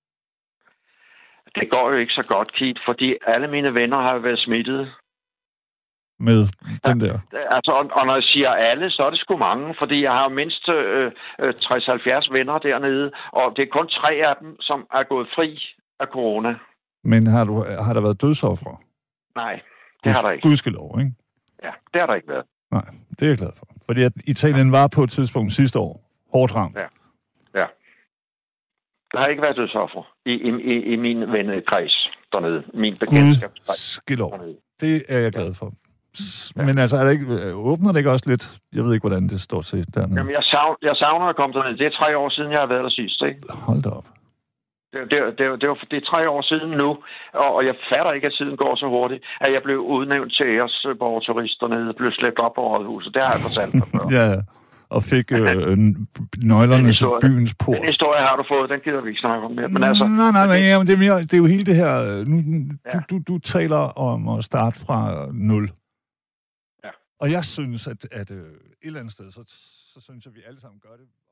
S5: Det går jo ikke så godt, Keith, fordi alle mine venner har været smittet.
S1: Med den der?
S5: Ja, altså, og, og når jeg siger alle, så er det sgu mange, fordi jeg har mindst øh, øh, tres til halvfjerds venner dernede, og det er kun tre af dem, som er gået fri af corona.
S1: Men har, du, har der været dødsofre?
S5: Nej, det
S1: Guds,
S5: har der ikke.
S1: Gudskelov, ikke?
S5: Ja, det har der ikke været.
S1: Nej, det er jeg glad for. Fordi at Italien var på et tidspunkt sidste år hårdt ramt.
S5: Ja, ja. Der har ikke været dødsofre i, i, i, i min vennekreds dernede. Min bekendtskabskreds.
S1: Gudskelov. Det er jeg glad for. Ja. Men altså, er det ikke, åbner det ikke også lidt? Jeg ved ikke, hvordan det står til dernede.
S5: Jamen, jeg, savner, jeg savner at komme dernede. Det er tre år siden, jeg har været der sidst, ikke?
S1: Hold da op.
S5: Det, det, det, det, var, det er tre år siden nu, og, og jeg fatter ikke, at tiden går så hurtigt, at jeg blev udnævnt til æresborgerturist dernede, blev slæbt op på rådhuset. Det har jeg fortalt dig før.
S1: Ja, og fik øh, nøglerne til byens port.
S5: Den historie har du fået, den gider vi ikke snakke om mere. Men altså,
S1: nej, nej, nej, men det, er mere, det er jo hele det her... Nu, ja. du, du, du taler om at starte fra nul.
S5: Ja.
S1: Og jeg synes, at, at øh, et eller andet sted, så, så synes jeg, at vi alle sammen gør det